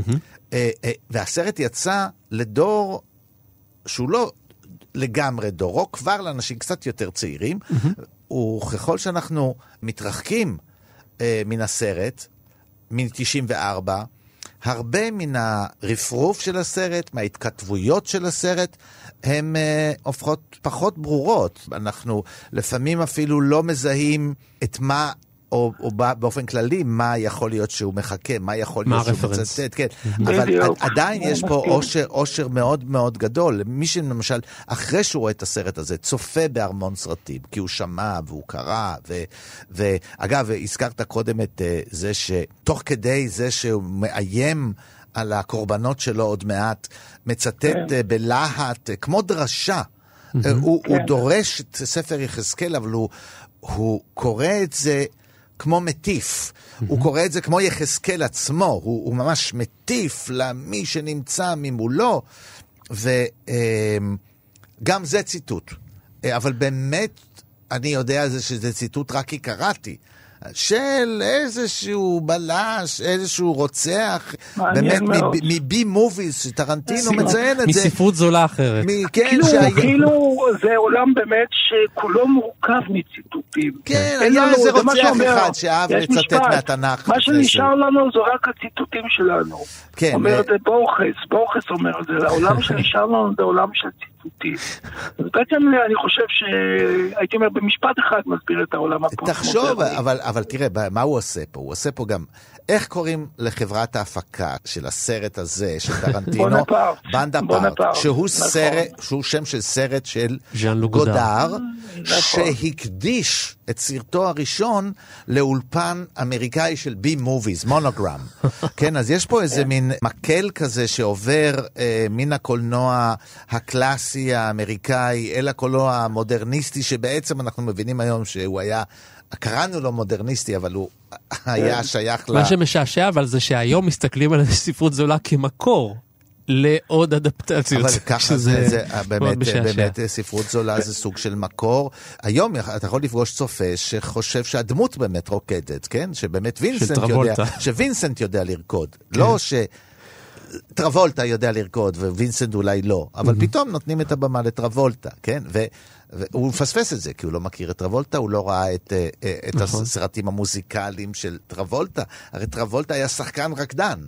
[SPEAKER 4] והסרט יצא לדור שהוא לא לגמרי דורו, כבר לאנשים קצת יותר צעירים, וככל שאנחנו מתרחקים מן הסרט, מ-94, הרבה מן הרפרוף של הסרט, מההתכתבויות של הסרט, הן הופכות פחות ברורות. אנחנו לפעמים אפילו לא מזהים את מה, או באופן כללי, מה יכול להיות שהוא מחכה, מה יכול להיות שהוא מצטט, כן. אבל עדיין יש פה אושר מאוד מאוד גדול. מי שלמשל, אחרי שהוא רואה את הסרט הזה, צופה בהרמון סרטים, כי הוא שמע והוא קרא, ואגב, הזכרת קודם את זה שתוך כדי זה שהוא מאיים על הקורבנות שלו עוד מעט, מצטט בלהט, כמו דרשה. הוא דורש את ספר יחזקאל, אבל הוא קורא את זה כמו מטיף, הוא קורא את זה כמו יחזקאל עצמו, הוא ממש מטיף למי שנמצא ממולו, וגם זה ציטוט, אבל באמת אני יודע שזה ציטוט רק כי קראתי, של איזשהו בלש, איזשהו רוצח, באמת מבי מוביז, שטרנטינו מציין את זה.
[SPEAKER 3] מספרות זולה אחרת.
[SPEAKER 10] כאילו זה עולם באמת שכולו מורכב מציטוטים.
[SPEAKER 4] כן, היה איזה רוצח אחד שאהב לצטט מהתנ"ך.
[SPEAKER 10] מה שנשאר לנו זה רק הציטוטים שלנו. אומר את זה בורחס אומר את זה, העולם שנשאר לנו זה עולם של ציטוטים. בעצם אני חושב שהייתי אומר במשפט אחד מסביר את העולם הפוסט-מודרני.
[SPEAKER 4] תחשוב, אבל תראה, מה הוא עושה פה? הוא עושה פה גם, איך קוראים לחברת ההפקה של הסרט הזה, של טרנטינו? בונדפארט, שהוא שם של סרט של גודר, שהקדיש את סרטו הראשון לאולפן אמריקאי של בי מוביז, מונוגרם. כן, אז יש פה איזה מין מקל כזה שעובר מן הקולנוע הקלאסי האמריקאי אל הקולנוע המודרניסטי, שבעצם אנחנו מבינים היום שהוא היה, קראנו לו מודרניסטי, אבל הוא היה שייך
[SPEAKER 3] מה שמשעשע, אבל זה שהיום מסתכלים על ספרות זולה כמקור לעוד אדפטציות.
[SPEAKER 4] אבל ככה זה באמת ספרות זולה זה סוג של מקור. היום אתה יכול לפגוש צופה שחושב שהדמות באמת רוקדת, כן? שבאמת וינסנט יודע לרקוד. לא שטרבולטה יודע לרקוד ווינסנט אולי לא, אבל פתאום נותנים את הבמה לטרבולטה, כן? והוא מפספס את זה, כי הוא לא מכיר את טרבולטה, הוא לא ראה את הסרטים המוזיקליים של טרבולטה. הרי טרבולטה היה שחקן רקדן.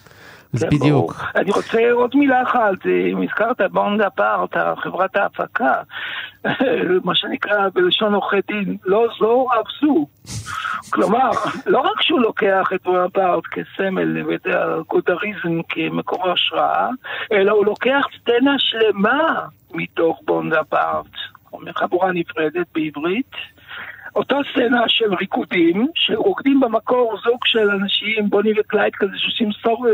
[SPEAKER 3] בדיוק.
[SPEAKER 10] אני רוצה עוד מילה אחת, אם הזכרת בונדפארט, חברת ההפקה, מה שנקרא בלשון עורכי דין, לא זו אף זו. כלומר, לא רק שהוא לוקח את בונדפארט כסמל ואת הגודריזם כמקור השראה, אלא הוא לוקח סצנה שלמה מתוך בונדפארט, חבורה נפרדת בעברית, אותה סצנה של ריקודים, שרוקדים במקור זוג של אנשים, בוני וקלייד כזה, שעושים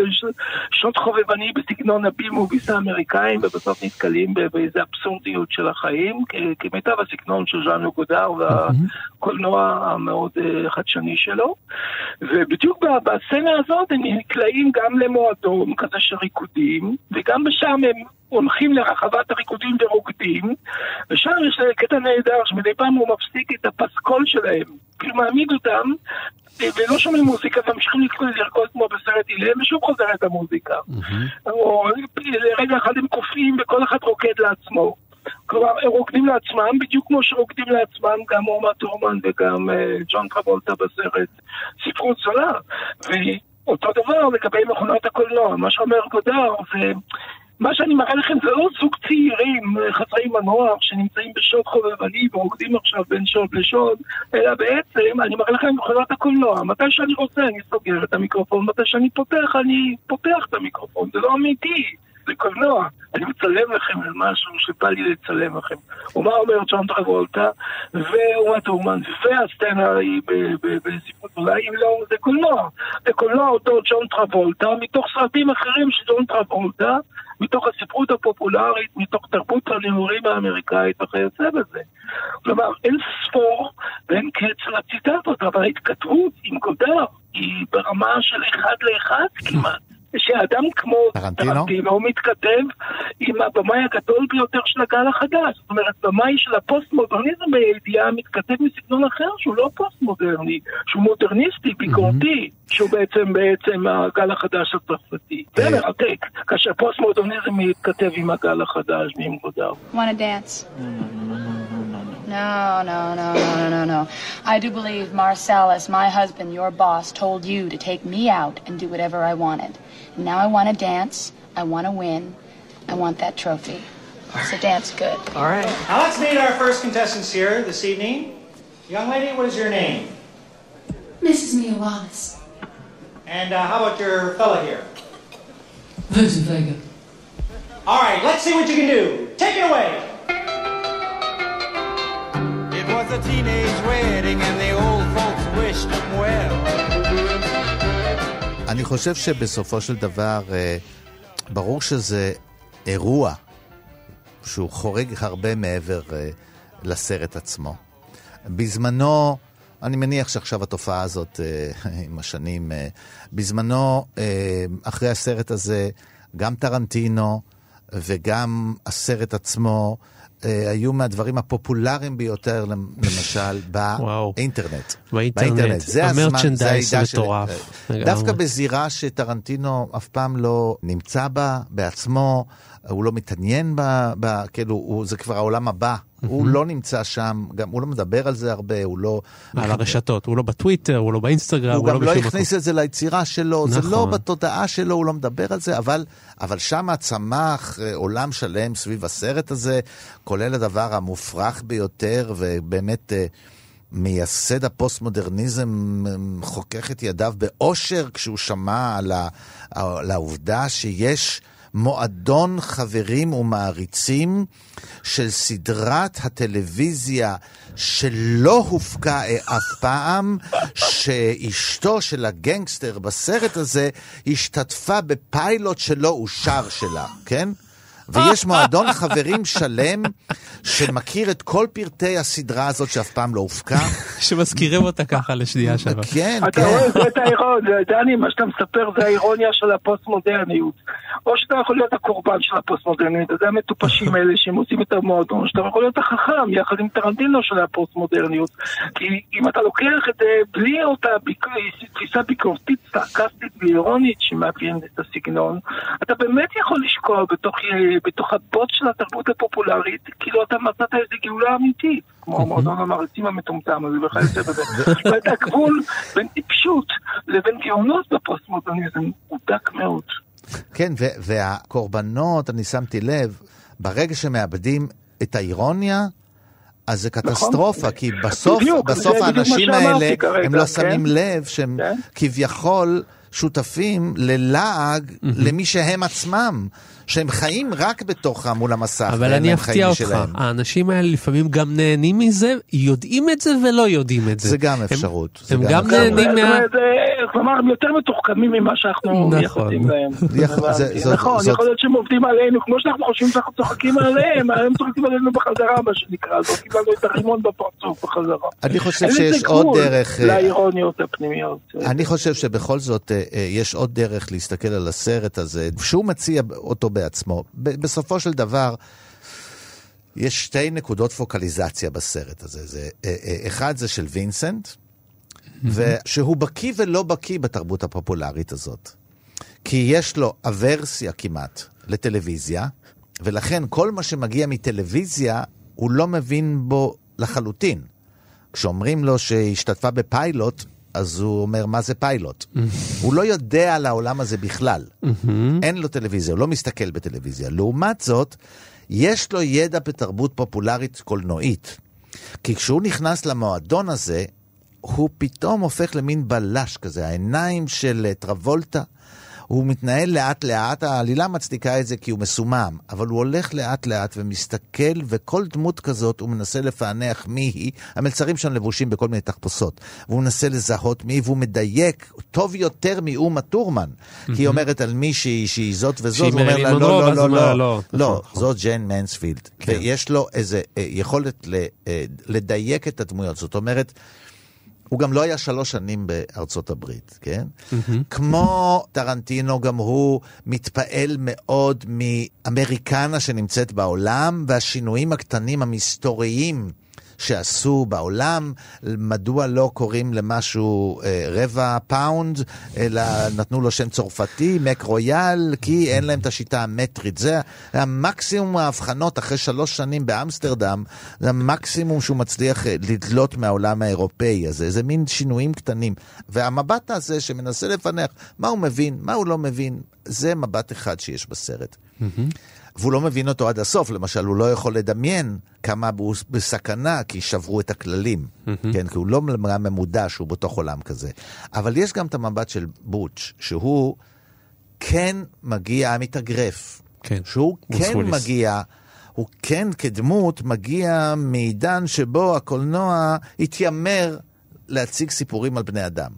[SPEAKER 10] שוט חובבני בסגנון הבי-מוביס האמריקאים, ובסוף נתקלים באיזו אבסורדיות של החיים, כמיטב הסגנון של ז'אן לוק גודאר, והקולנוע המאוד חדשני שלו. ובדיוק בסצנה הזאת הם נקלעים גם למועדון כזה של ריקודים, וגם בשם הם הולכים לרחבת הריקודים ורוקדים, ושם יש קטע נהדר שמדי פעם הוא מפסיק את הפסקול שלהם, כאילו מעמיד אותם ולא שומעים מוזיקה וממשיכים לרקוד כמו בסרט אילם ושוב חוזרת המוזיקה. או לרגע אחד הם קופאים וכל אחד רוקד לעצמו. כלומר, הם רוקדים לעצמם בדיוק כמו שרוקדים לעצמם גם אומה תורמן וגם ג'ון טרבולטה בסרט ספרות זולה. ואותו דבר לגבי מכונת הקולנוע, מה שאומר גודר זה מה שאני מראה לכם זה לא זוג צעירים חסרי מנוח שנמצאים בשוד חובבני ורוקדים עכשיו בין שוד לשוד, אלא בעצם אני מראה לכם מכונת הקולנוע. מתי שאני רוצה אני סוגר את המיקרופון, מתי שאני פותח אני פותח את המיקרופון. זה לא אמיתי. זה קולנוע. אני מצלם לכם על משהו שבא לי לצלם לכם. ומה אומר ג'ון טרבולטה, ואומה טורמן, והסצנה היא בספרות גדולה, אם לא, זה קולנוע. זה קולנוע אותו ג'ון טרבולטה, מתוך סרטים אחרים של ג'ון טרבולטה, מתוך הספרות הפופולרית, מתוך תרבות הנאורים האמריקאית וכיוצא בזה. כלומר, אין ספור ואין קץ לציטטות, אבל ההתכתבות עם גודר היא ברמה של אחד לאחד כמעט. שאדם כמו טרנטינו מתכתב עם הבמאי הגדול ביותר של הגל החדש. זאת אומרת, במאי של הפוסט-מודרניזם בידיעה מתכתב מסגנון אחר שהוא לא פוסט-מודרני, שהוא מודרניסטי, ביקורתי, שהוא בעצם הגל החדש הצרפתי. זה מרתק, כאשר פוסט-מודרניזם מתכתב עם הגל החדש ועם גודר.
[SPEAKER 12] Want to dance? No. I do believe Marcellus, my husband, your boss, told you to take me out and do whatever I wanted. And now I want to dance, I want to win, I want that trophy. So dance good.
[SPEAKER 13] All right. Now let's meet our first contestants here this evening. Young lady, what is your name?
[SPEAKER 14] Mrs. Mia Wallace.
[SPEAKER 13] And how about your fella here?
[SPEAKER 14] Vincent Vega.
[SPEAKER 13] All right, let's see what you can do. Take it away.
[SPEAKER 15] It was a teenage wedding and the old folks wished them well.
[SPEAKER 4] אני חושב שבסופו של דבר ברור שזה אירוע שהוא חורג הרבה מעבר לסרט עצמו. בזמנו, אני מניח שעכשיו התופעה הזאת עם השנים, בזמנו אחרי הסרט הזה גם טרנטינו וגם הסרט עצמו היו מהדברים הפופולריים ביותר, למשל, באינטרנט.
[SPEAKER 3] באינטרנט. המרצ'נדייז מטורף.
[SPEAKER 4] דווקא בזירה שטרנטינו אף פעם לא נמצא בה בעצמו, הוא לא מתעניין בה, כאילו, זה כבר העולם הבא. הוא לא נמצא שם, גם הוא לא מדבר על זה הרבה, הוא לא...
[SPEAKER 3] על הרשתות, הוא לא בטוויטר, הוא לא באינסטגרם,
[SPEAKER 4] הוא גם לא הכניס את זה ליצירה שלו, זה לא בתודעה שלו, הוא לא מדבר על זה, אבל שם צמח עולם שלם סביב הסרט הזה, כולל הדבר המופרך ביותר, ובאמת מייסד הפוסט-מודרניזם חוכך את ידיו באושר, כשהוא שמע על העובדה שיש מועדון חברים ומעריצים של סדרת הטלוויזיה שלא הופקה אף פעם, שאשתו של הגנגסטר בסרט הזה השתתפה בפיילוט שלא אושר שלה, כן? ויש מועדון חברים שלם שמכיר את כל פרטי הסדרה הזאת שאף פעם לא הופקה.
[SPEAKER 3] שמזכירים אותה ככה לשנייה שווה.
[SPEAKER 4] כן,
[SPEAKER 10] אתה רואה, זה את האירוניה, דני, מה שאתה מספר זה האירוניה של הפוסט-מודרניות. או שאתה יכול להיות הקורבן של הפוסט-מודרניות, זה המטופשים האלה שהם עושים את המועדון, שאתה יכול להיות החכם יחד עם טרנטינו של הפוסט-מודרניות. כי אם אתה לוקח את זה בלי אותה תפיסה ביקורתית, סרקסטית ואירונית שמאפיינת את הסגנון, אתה באמת יכול לשקוע בתוך הבוט של התרבות הפופולרית, כאילו אתה מצאת איזו גאולה אמיתית, כמו המועדון המעריצים המטומטם הזה וכיוצא בזה. ואת הגבול בין טיפשות לבין גאונות בפוסט-מודרניזם הוא דק מאוד.
[SPEAKER 4] כן, והקורבנות, אני שמתי לב, ברגע שמאבדים את האירוניה, אז זה קטסטרופה, כי בסוף האנשים האלה, הם לא שמים לב שהם כביכול שותפים ללעג למי שהם עצמם. שהם חיים רק בתוך מול המסך.
[SPEAKER 3] אבל אני אפתיע אותך, האנשים האלה לפעמים גם נהנים מזה, יודעים את זה ולא יודעים את זה.
[SPEAKER 4] זה גם אפשרות.
[SPEAKER 3] הם גם נהנים מה...
[SPEAKER 10] כלומר, הם יותר מתוחכמים ממה שאנחנו מייחסים להם. נכון, יכול להיות שהם עובדים עלינו, כמו שאנחנו חושבים שאנחנו צוחקים עליהם, הם צוחקים עלינו בחזרה, מה שנקרא, זאת קיבלנו את הרימון בפרצוף בחזרה.
[SPEAKER 4] אני חושב שיש עוד דרך...
[SPEAKER 10] לאירוניות הפנימיות.
[SPEAKER 4] אני חושב שבכל זאת יש עוד דרך להסתכל על הסרט הזה, שהוא מציע אותו בעצמו. בסופו של דבר, יש שתי נקודות פוקליזציה בסרט הזה. אחד זה של וינסנט, ושהוא בקיא ולא בקיא בתרבות הפופולרית הזאת. כי יש לו אברסיה כמעט לטלוויזיה, ולכן כל מה שמגיע מטלוויזיה, הוא לא מבין בו לחלוטין. כשאומרים לו שהשתתפה בפיילוט, אז הוא אומר, מה זה פיילוט? הוא לא יודע על העולם הזה בכלל. אין לו טלוויזיה, הוא לא מסתכל בטלוויזיה. לעומת זאת, יש לו ידע בתרבות פופולרית קולנועית. כי כשהוא נכנס למועדון הזה, הוא פתאום הופך למין בלש כזה. העיניים של טרבולטה הוא מתנהל לאט לאט, העלילה מצדיקה את זה כי הוא מסומם, אבל הוא הולך לאט לאט ומסתכל, וכל דמות כזאת הוא מנסה לפענח מי היא, המלצרים שם לבושים בכל מיני תחפושות, והוא מנסה לזהות מי, והוא מדייק טוב יותר מאומה טורמן, כי היא אומרת על מישהי שהיא זאת וזאת, הוא אומר לה לא, זאת ג'יין מנספילד, ויש לו איזה יכולת לדייק את הדמויות, זאת אומרת, הוא גם לא היה 3 שנים בארצות הברית, כן? כמו טרנטינו, גם הוא מתפעל מאוד מאמריקנה שנמצאת בעולם, והשינויים הקטנים המסתוריים שעשו בעולם, מדוע לא קוראים למשהו רבע פאונד, אלא נתנו לו שם צרפתי, מק רויאל, כי אין להם את השיטה המטרית. זה המקסימום ההבחנות אחרי 3 שנים באמסטרדם, זה המקסימום שהוא מצליח לדלות מהעולם האירופאי הזה, זה מין שינויים קטנים. והמבט הזה שמנסה לפנח מה הוא מבין, מה הוא לא מבין, זה מבט אחד שיש בסרט. והוא לא מבין אותו עד הסוף, למשל הוא לא יכול לדמיין כמה הוא בסכנה, כי שברו את הכללים, כן? כי הוא לא ממודע שהוא בתוך עולם כזה. אבל יש גם את המבט של בוטש, שהוא כן מגיע מתאגרף, שהוא כן מגיע, הוא כן כדמות מגיע מעידן שבו הקולנוע התיימר להציג סיפורים על בני אדם.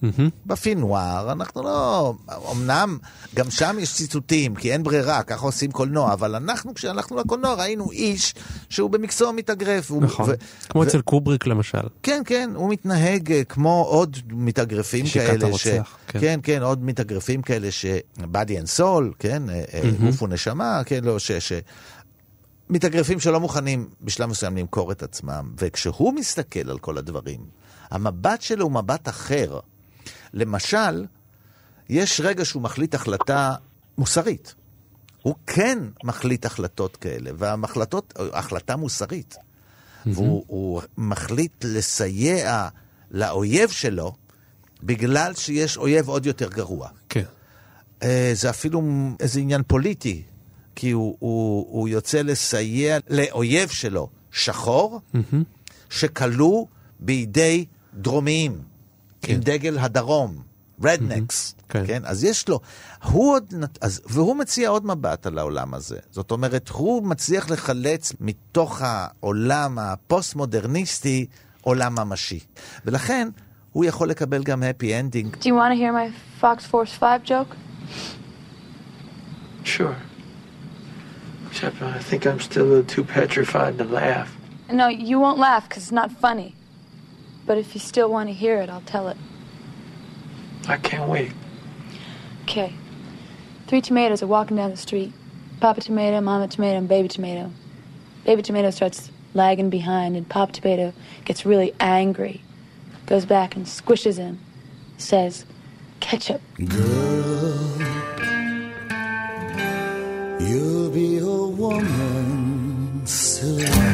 [SPEAKER 4] בפינואר, אנחנו לא, אמנם גם שם יש ציטוטים, כי אין ברירה, ככה עושים קולנוע, אבל אנחנו, כשהלכנו לקולנוע, ראינו איש שהוא במקצוע מתאגרף.
[SPEAKER 3] נכון, כמו אצל קובריק למשל.
[SPEAKER 4] כן, כן, הוא מתנהג כמו עוד מתאגרפים כאלה, כן, כן, עוד מתאגרפים כאלה, שבאדי אנד סול, כן, גוף ונשמה, כן, לא, מתאגרפים שלא מוכנים בשלב מסוים למכור את עצמם, וכשהוא מסתכל על כל הדברים, המבט שלו הוא מבט אחר. למשל, יש רגע שהוא מחליט החלטה מוסרית. הוא כן מחליט החלטות כאלה, החלטה מוסרית. והוא מחליט לסייע לאויב שלו, בגלל שיש אויב עוד יותר גרוע.
[SPEAKER 3] כן.
[SPEAKER 4] זה אפילו איזה עניין פוליטי, כי הוא יוצא לסייע לאויב שלו, שחור, שקלו בידי דרומיים. עם דגל הדרום, רדנקס, כן? אז יש לו, והוא מציע עוד מבט על העולם הזה. זאת אומרת, הוא מצליח לחלץ מתוך העולם הפוסט-מודרניסטי עולם ממשי. ולכן, הוא יכול לקבל גם happy ending.
[SPEAKER 16] Do you want to hear my Fox Force 5 joke?
[SPEAKER 6] Sure. Except I think I'm still a little too petrified to laugh.
[SPEAKER 16] No, you won't laugh because it's not funny. But if you still want to hear it, I'll tell it.
[SPEAKER 6] I can't wait.
[SPEAKER 16] Okay. 3 tomatoes are walking down the street. Papa tomato, Mama tomato, and baby tomato. Baby tomato starts lagging behind, and Papa tomato gets really angry. Goes back and squishes him. Says, ketchup.
[SPEAKER 17] Girl, you'll be a woman soon.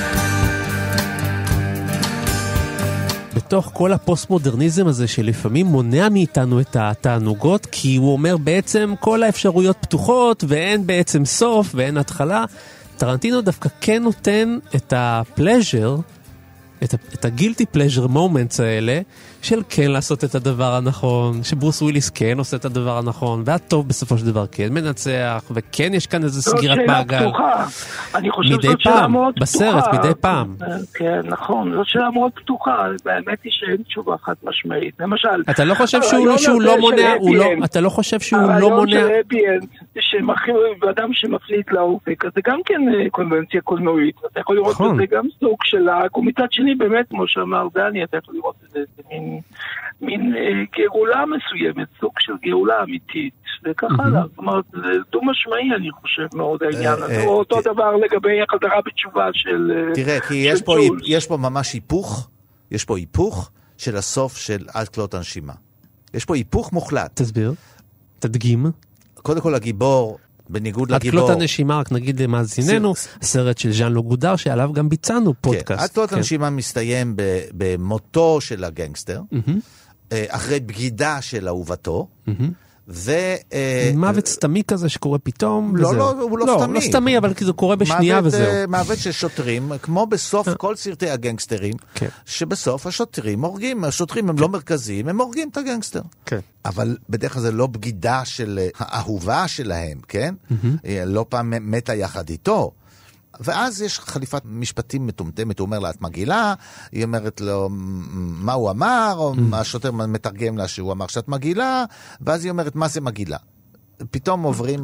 [SPEAKER 3] בתוך כל הפוסט-מודרניזם הזה שלפעמים מונע מאיתנו את התענוגות, כי הוא אומר בעצם כל האפשרויות פתוחות ואין בעצם סוף ואין התחלה, טרנטינו דווקא כן נותן את הפלז'ר, את הגילטי פלז'ר מומנטס האלה, של כן לעשות את הדבר הנכון, שברוס וויליס כן עושה את הדבר הנכון, והטוב בסופו של דבר כן מנצח, וכן יש כאן איזו סגירת מעגל.
[SPEAKER 10] אני חושב
[SPEAKER 3] מדי
[SPEAKER 10] זאת שאלה מאוד פתוחה.
[SPEAKER 3] בסרט, מדי פעם.
[SPEAKER 10] כן, נכון, זאת שאלה מאוד פתוחה, באמת היא שאין תשובה חד משמעית. למשל,
[SPEAKER 3] אתה לא חושב שהוא לא מונע, אתה לא חושב שהוא לא מונע?
[SPEAKER 10] הרעיון של happy end, אדם שמפליט לאופק, אז זה גם כן קונבנציה קולנועית, אתה יכול לראות את זה גם סוג שלה, ומצד שני באמת, כמו שאמר דני, אתה יכול לראות את זה מין גאולה מסוימת, סוג של גאולה אמיתית, וככה הלאה. זאת אומרת, זה דו משמעי, אני חושב, מאוד העניין הזה. או אותו דבר לגבי החזרה בתשובה של...
[SPEAKER 4] תראה, כי יש פה ממש היפוך, יש פה היפוך של הסוף של עד כלות הנשימה. יש פה היפוך מוחלט.
[SPEAKER 3] תסביר, תדגים.
[SPEAKER 4] קודם כל הגיבור, בניגוד לגיבור...
[SPEAKER 3] עד כלות הנשימה, רק נגיד למאזיננו, הסרט של ז'אן לוק גודר, שעליו גם ביצענו פודקאסט.
[SPEAKER 4] עד כלות הנשימה מסתיים במותו של הגנגסטר, אחרי בגידה של אהובתו,
[SPEAKER 3] מוות סתמי כזה שקורה פתאום.
[SPEAKER 4] לא, הוא לא סתמי.
[SPEAKER 3] לא סתמי, אבל זה קורה בשנייה וזהו.
[SPEAKER 4] מוות של שוטרים, כמו בסוף כל סרטי הגנגסטרים, שבסוף השוטרים הורגים. השוטרים הם לא מרכזיים, הם הורגים את הגנגסטר. אבל בדרך כלל זה לא בגידה של האהובה שלהם, כן? לא פעם מתה יחד איתו. ואז יש חליפת משפטים מטומטמת, הוא אומר לה, את מגעילה, היא אומרת לו, מה הוא אמר, או השוטר מתרגם לה שהוא אמר שאת מגעילה, ואז היא אומרת, מה זה מגעילה? פתאום עוברים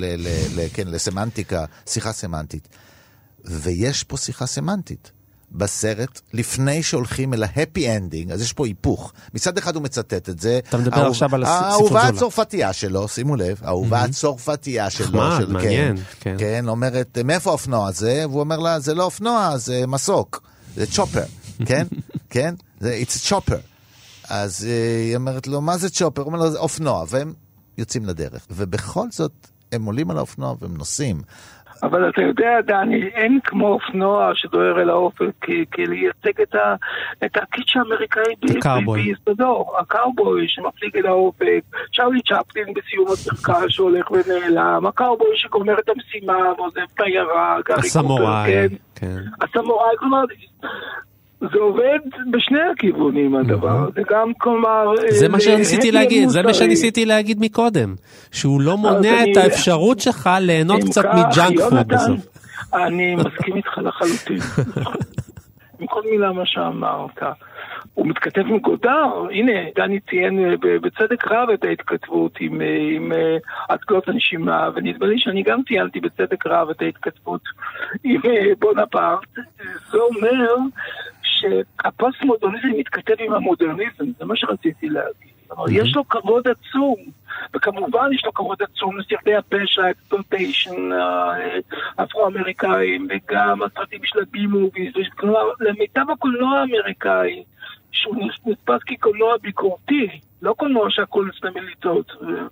[SPEAKER 4] לסמנטיקה, שיחה סמנטית. ויש פה שיחה סמנטית. בסרט, לפני שהולכים אל ההפי אנדינג, אז יש פה היפוך. מצד אחד הוא מצטט את זה.
[SPEAKER 3] אתה מדבר עכשיו על הספרות זולה.
[SPEAKER 4] האהובה הצורפתייה שלו, שימו לב, האהובה הצורפתייה שלו.
[SPEAKER 3] חמד, מעניין.
[SPEAKER 4] כן, אומרת, מאיפה האופנוע הזה? והוא אומר לה, זה לא אופנוע, זה מסוק. זה צ'ופר, כן? כן? זה it's a chopper. אז היא אומרת לו, מה זה צ'ופר? הוא אומר לו, זה אופנוע, והם יוצאים לדרך. ובכל זאת, הם עולים על האופנוע והם נוסעים.
[SPEAKER 10] אבל אתה יודע, דני, אין כמו אופנוע שדוהר אל האופק, כי לייצג את הקיץ' האמריקאי ביסודו, הקאובוי שמפליג אל האופק, צ'רלי צ'פלין בסיום הסרקה שהולך ונעלם, הקאובוי שגומר את המשימה, ועוזב את העיירה,
[SPEAKER 3] הסמוראי,
[SPEAKER 10] כן. הסמוראי, כלומר, זה עובד בשני הכיוונים הדבר, זה גם כלומר...
[SPEAKER 3] זה מה שניסיתי להגיד, זה מה שניסיתי להגיד מקודם, שהוא לא מונע את האפשרות שלך ליהנות קצת מג'אנק פוד בסוף.
[SPEAKER 10] אני מסכים איתך לחלוטין, עם כל מילה מה שאמרת. הוא מתכתב עם כותר, הנה, דני ציין בצדק רב את ההתכתבות עם עתקות הנשימה, ונדמה לי שאני גם ציינתי בצדק רב את ההתכתבות עם בונפרט. זה אומר שהפוסט-מודרניזם מתכתב עם המודרניזם, זה מה שרציתי להגיד. יש לו כבוד עצום, וכמובן יש לו כבוד עצום לסרטי הפשע, האקספלוטיישן, האפרו-אמריקאים, וגם הסרטים של הבי-מוביז, כלומר, למיטב הקולנוע האמריקאי, שהוא נתפס כקולנוע ביקורתי, לא קולנוע שהכל אצלם מליטות,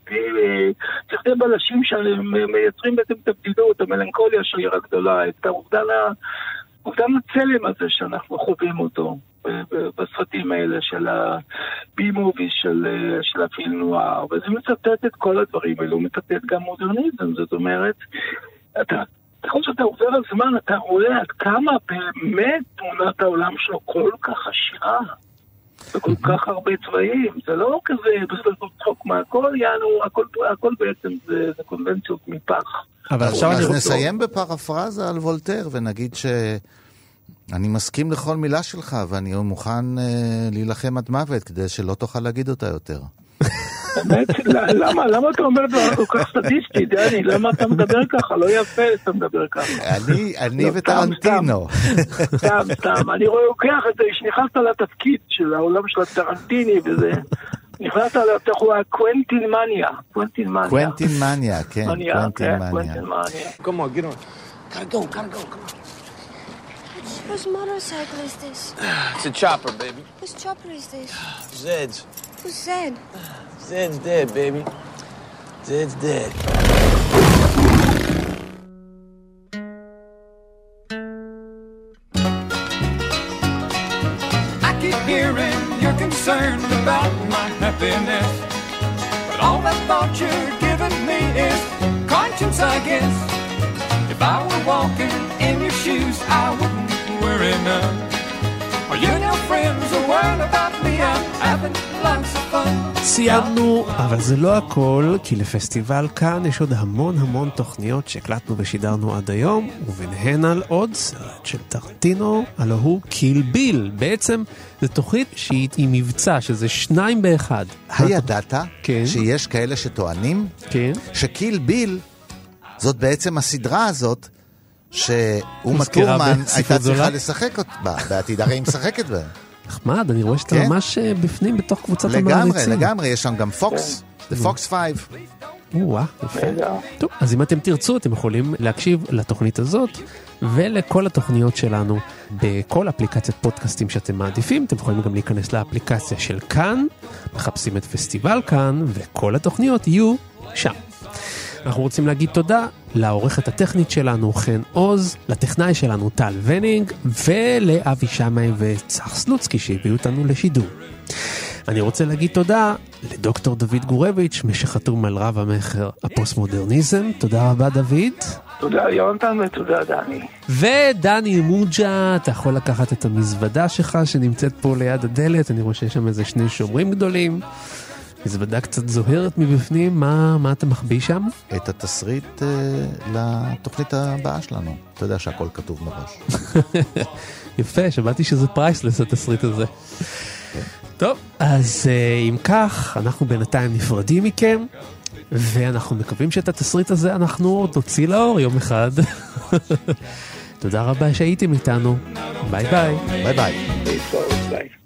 [SPEAKER 10] סרטי בלשים שמייצרים בעצם את הבדידות, המלנכוליה של עיר הגדולה, את האובדן הצלם הזה שאנחנו חווים אותו בסרטים האלה של הבי-מובי של הפילם נואר, וזה מצטט את כל הדברים האלו, הוא מצטט גם מודרניזם, זאת אומרת, ככל שאתה עובר על זמן, אתה רואה עד כמה באמת תמונת העולם שלו כל כך עשירה, וכל כך הרבה צבעים, זה לא כזה בסוף צחוק מהכל, הכל בעצם זה קונבנציות מפח.
[SPEAKER 4] אז נסיים בפרפרזה על וולטר, ונגיד שאני מסכים לכל מילה שלך, ואני מוכן להילחם עד מוות, כדי שלא תוכל להגיד אותה יותר.
[SPEAKER 10] באמת, למה אתה אומר דבר כל כך סטטיסטי, דני? למה אתה מדבר ככה? לא יפה אתה מדבר ככה.
[SPEAKER 4] אני וטרנטינו.
[SPEAKER 10] סתם, אני לוקח את זה, שנכנסת לתפקיד של העולם של הטרנטיני וזה, נכנסת לתחו הקוונטין מניה.
[SPEAKER 4] קוונטין מניה, כן. קוונטין מניה.
[SPEAKER 15] Come on, get on.
[SPEAKER 8] Gotta go, come on. Whose motorcycle is this?
[SPEAKER 15] It's a chopper, baby.
[SPEAKER 8] Whose chopper is this?
[SPEAKER 15] Zed's.
[SPEAKER 8] Who's Zed?
[SPEAKER 15] Zed's dead, baby. Zed's dead.
[SPEAKER 18] I keep hearing you're concerned about my happiness, but all that thought you're giving me is conscience, I guess. If I were walking in your shoes, I wouldn't worry none. Are you and your friends are worried about me? I'm having lots of fun.
[SPEAKER 3] סיימנו, אבל זה לא הכל, כי לפסטיבל כאן יש עוד המון תוכניות שהקלטנו ושידרנו עד היום, וביניהן על עוד סרט של טרנטינו, הלא הוא קיל ביל. בעצם זו תוכנית שהיא מבצע, שזה 2 באחד.
[SPEAKER 4] הידעת שיש כאלה שטוענים שקיל ביל זאת בעצם הסדרה הזאת שאומה טורמן הייתה צריכה לשחק בה, בעתיד הרי היא משחקת בה.
[SPEAKER 3] נחמד, אני רואה שאתה ממש בפנים בתוך קבוצת המעריצים.
[SPEAKER 4] לגמרי, יש שם גם פוקס, The Fox 5.
[SPEAKER 3] יפה. טוב, אז אם אתם תרצו, אתם יכולים להקשיב לתוכנית הזאת ולכל התוכניות שלנו בכל אפליקציית פודקאסטים שאתם מעדיפים. אתם יכולים גם להיכנס לאפליקציה של כאן, מחפשים את פסטיבל כאן, וכל התוכניות יהיו שם. אנחנו רוצים להגיד תודה לעורכת הטכנית שלנו חן עוז, לטכנאי שלנו טל ונינג, ולאבי שמאי וצח סלוצקי שהביאו אותנו לשידור. אני רוצה להגיד תודה לדוקטור דוד גורביץ', מי שחתום על רב המחר הפוסט-מודרניזם. תודה רבה דוד.
[SPEAKER 10] תודה יונתן ותודה דני.
[SPEAKER 3] ודני מוג'ה, אתה יכול לקחת את המזוודה שלך שנמצאת פה ליד הדלת, אני רואה שיש שם איזה שני שומרים גדולים, מזוודה קצת זוהרת מבפנים, מה אתה מחביא שם?
[SPEAKER 4] את התסריט לתוכנית הבאה שלנו, אתה יודע שהכל כתוב מראש.
[SPEAKER 3] יפה, שמעתי שזה פרייסלס התסריט הזה. טוב, אז אם כך, אנחנו בינתיים נפרדים מכם, ואנחנו מקווים שאת התסריט הזה אנחנו עוד נוציא לאור יום אחד. תודה רבה שהייתם איתנו. ביי ביי.
[SPEAKER 4] ביי ביי.
[SPEAKER 10] ביי.